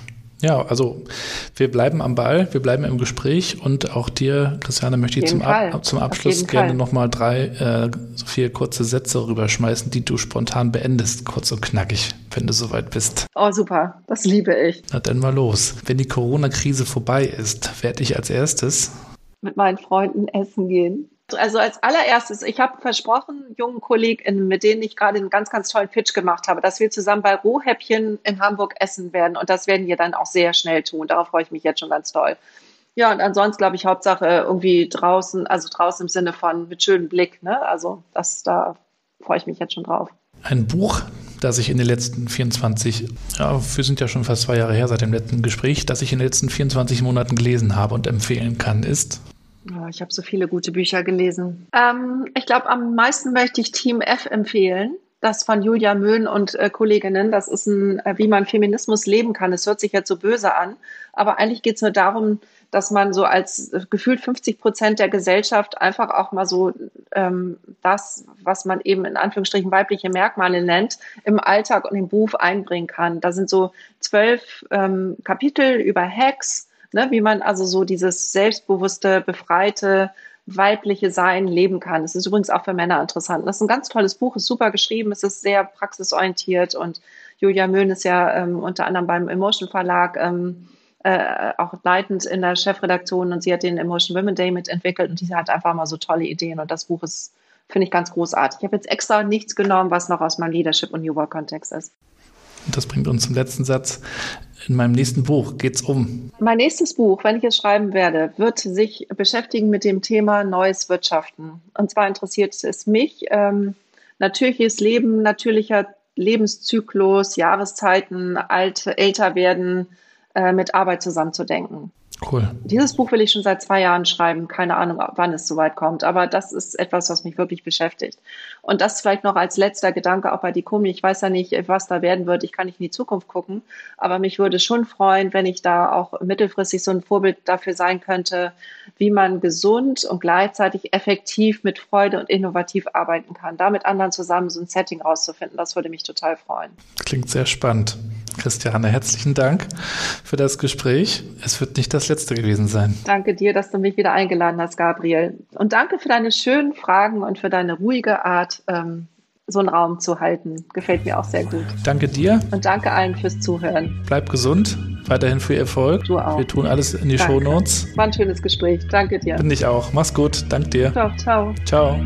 Ja, also wir bleiben am Ball, wir bleiben im Gespräch und auch dir, Christiane, möchte ich zum, Ab- zum Abschluss gerne nochmal drei, äh, so vier kurze Sätze rüberschmeißen, die du spontan beendest, kurz und knackig, wenn du soweit bist. Oh, super, das liebe ich. Na dann mal los. Wenn die Corona-Krise vorbei ist, werde ich als erstes mit meinen Freunden essen gehen. Also als allererstes, ich habe versprochen, jungen KollegInnen, mit denen ich gerade einen ganz, ganz tollen Pitch gemacht habe, dass wir zusammen bei Rohhäppchen in Hamburg essen werden. Und das werden wir dann auch sehr schnell tun. Darauf freue ich mich jetzt schon ganz toll. Ja, und ansonsten glaube ich Hauptsache irgendwie draußen, also draußen im Sinne von mit schönem Blick, ne? Also das, da freue ich mich jetzt schon drauf. Ein Buch, das ich in den letzten vierundzwanzig, ja, wir sind ja schon fast zwei Jahre her seit dem letzten Gespräch, das ich in den letzten vierundzwanzig Monaten gelesen habe und empfehlen kann, ist? Ja, ich habe so viele gute Bücher gelesen. Ähm, ich glaube, am meisten möchte ich Team F empfehlen. Das von Julia Möhn und äh, Kolleginnen. Das ist ein, äh, wie man Feminismus leben kann. Es hört sich jetzt so böse an, aber eigentlich geht es nur darum, dass man so als äh, gefühlt fünfzig Prozent der Gesellschaft einfach auch mal so ähm, das, was man eben in Anführungsstrichen weibliche Merkmale nennt, im Alltag und im Beruf einbringen kann. Da sind so zwölf ähm, Kapitel über Hacks, ne, wie man also so dieses selbstbewusste, befreite, weibliche Sein leben kann. Das ist übrigens auch für Männer interessant. Das ist ein ganz tolles Buch, ist super geschrieben, es ist sehr praxisorientiert und Julia Möhn ist ja ähm, unter anderem beim Emotion Verlag ähm, äh, auch leitend in der Chefredaktion und sie hat den Emotion Women Day mitentwickelt und die hat einfach mal so tolle Ideen und das Buch ist, finde ich, ganz großartig. Ich habe jetzt extra nichts genommen, was noch aus meinem Leadership- und New Work-Kontext ist. Und das bringt uns zum letzten Satz. In meinem nächsten Buch geht es um. Mein nächstes Buch, wenn ich es schreiben werde, wird sich beschäftigen mit dem Thema neues Wirtschaften. Und zwar interessiert es mich, ähm, natürliches Leben, natürlicher Lebenszyklus, Jahreszeiten, alt, älter werden, äh, mit Arbeit zusammenzudenken. Cool. Dieses Buch will ich schon seit zwei Jahren schreiben. Keine Ahnung, wann es soweit kommt. Aber das ist etwas, was mich wirklich beschäftigt. Und das vielleicht noch als letzter Gedanke auch bei Dikomi. Ich weiß ja nicht, was da werden wird. Ich kann nicht in die Zukunft gucken. Aber mich würde schon freuen, wenn ich da auch mittelfristig so ein Vorbild dafür sein könnte, wie man gesund und gleichzeitig effektiv mit Freude und innovativ arbeiten kann. Da mit anderen zusammen so ein Setting rauszufinden, das würde mich total freuen. Klingt sehr spannend. Christiane, herzlichen Dank für das Gespräch. Es wird nicht das letzte gewesen sein. Danke dir, dass du mich wieder eingeladen hast, Gabriel. Und danke für deine schönen Fragen und für deine ruhige Art, ähm, so einen Raum zu halten. Gefällt mir auch sehr gut. Danke dir. Und danke allen fürs Zuhören. Bleib gesund. Weiterhin viel Erfolg. Du auch. Wir tun alles in die Danke. Shownotes. War ein schönes Gespräch. Danke dir. Bin ich auch. Mach's gut. Dank dir. Ciao, ciao. Ciao.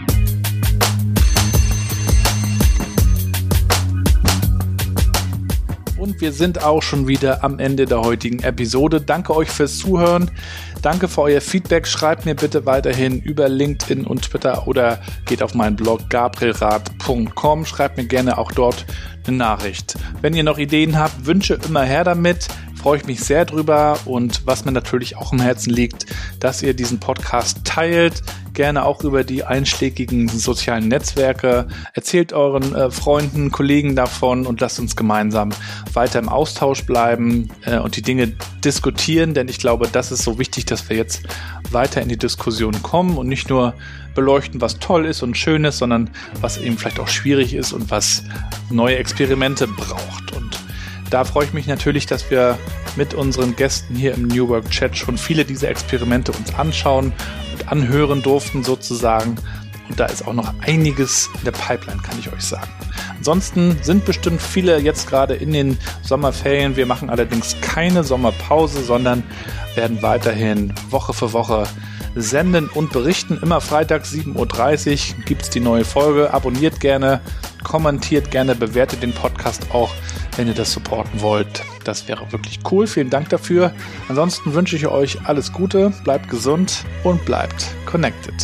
Und wir sind auch schon wieder am Ende der heutigen Episode. Danke euch fürs Zuhören. Danke für euer Feedback. Schreibt mir bitte weiterhin über LinkedIn und Twitter oder geht auf meinen Blog gabrielrath punkt com. Schreibt mir gerne auch dort eine Nachricht. Wenn ihr noch Ideen habt, Wünsche, immer her damit. Freue ich mich sehr drüber und was mir natürlich auch im Herzen liegt, dass ihr diesen Podcast teilt, gerne auch über die einschlägigen sozialen Netzwerke. Erzählt euren äh, Freunden, Kollegen davon und lasst uns gemeinsam weiter im Austausch bleiben äh, und die Dinge diskutieren, denn ich glaube, das ist so wichtig, dass wir jetzt weiter in die Diskussion kommen und nicht nur beleuchten, was toll ist und schön ist, sondern was eben vielleicht auch schwierig ist und was neue Experimente braucht. Und da freue ich mich natürlich, dass wir mit unseren Gästen hier im New Work Chat schon viele dieser Experimente uns anschauen und anhören durften sozusagen. Und da ist auch noch einiges in der Pipeline, kann ich euch sagen. Ansonsten sind bestimmt viele jetzt gerade in den Sommerferien. Wir machen allerdings keine Sommerpause, sondern werden weiterhin Woche für Woche senden und berichten. Immer freitags sieben Uhr dreißig gibt es die neue Folge. Abonniert gerne, kommentiert gerne, bewertet den Podcast auch, wenn ihr das supporten wollt. Das wäre wirklich cool. Vielen Dank dafür. Ansonsten wünsche ich euch alles Gute, bleibt gesund und bleibt connected.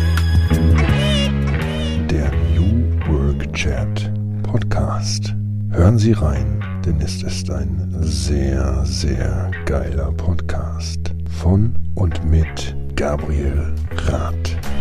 Der New Work Chat Podcast. Hören Sie rein, denn es ist ein sehr, sehr geiler Podcast. Von und mit Gabriel Rath.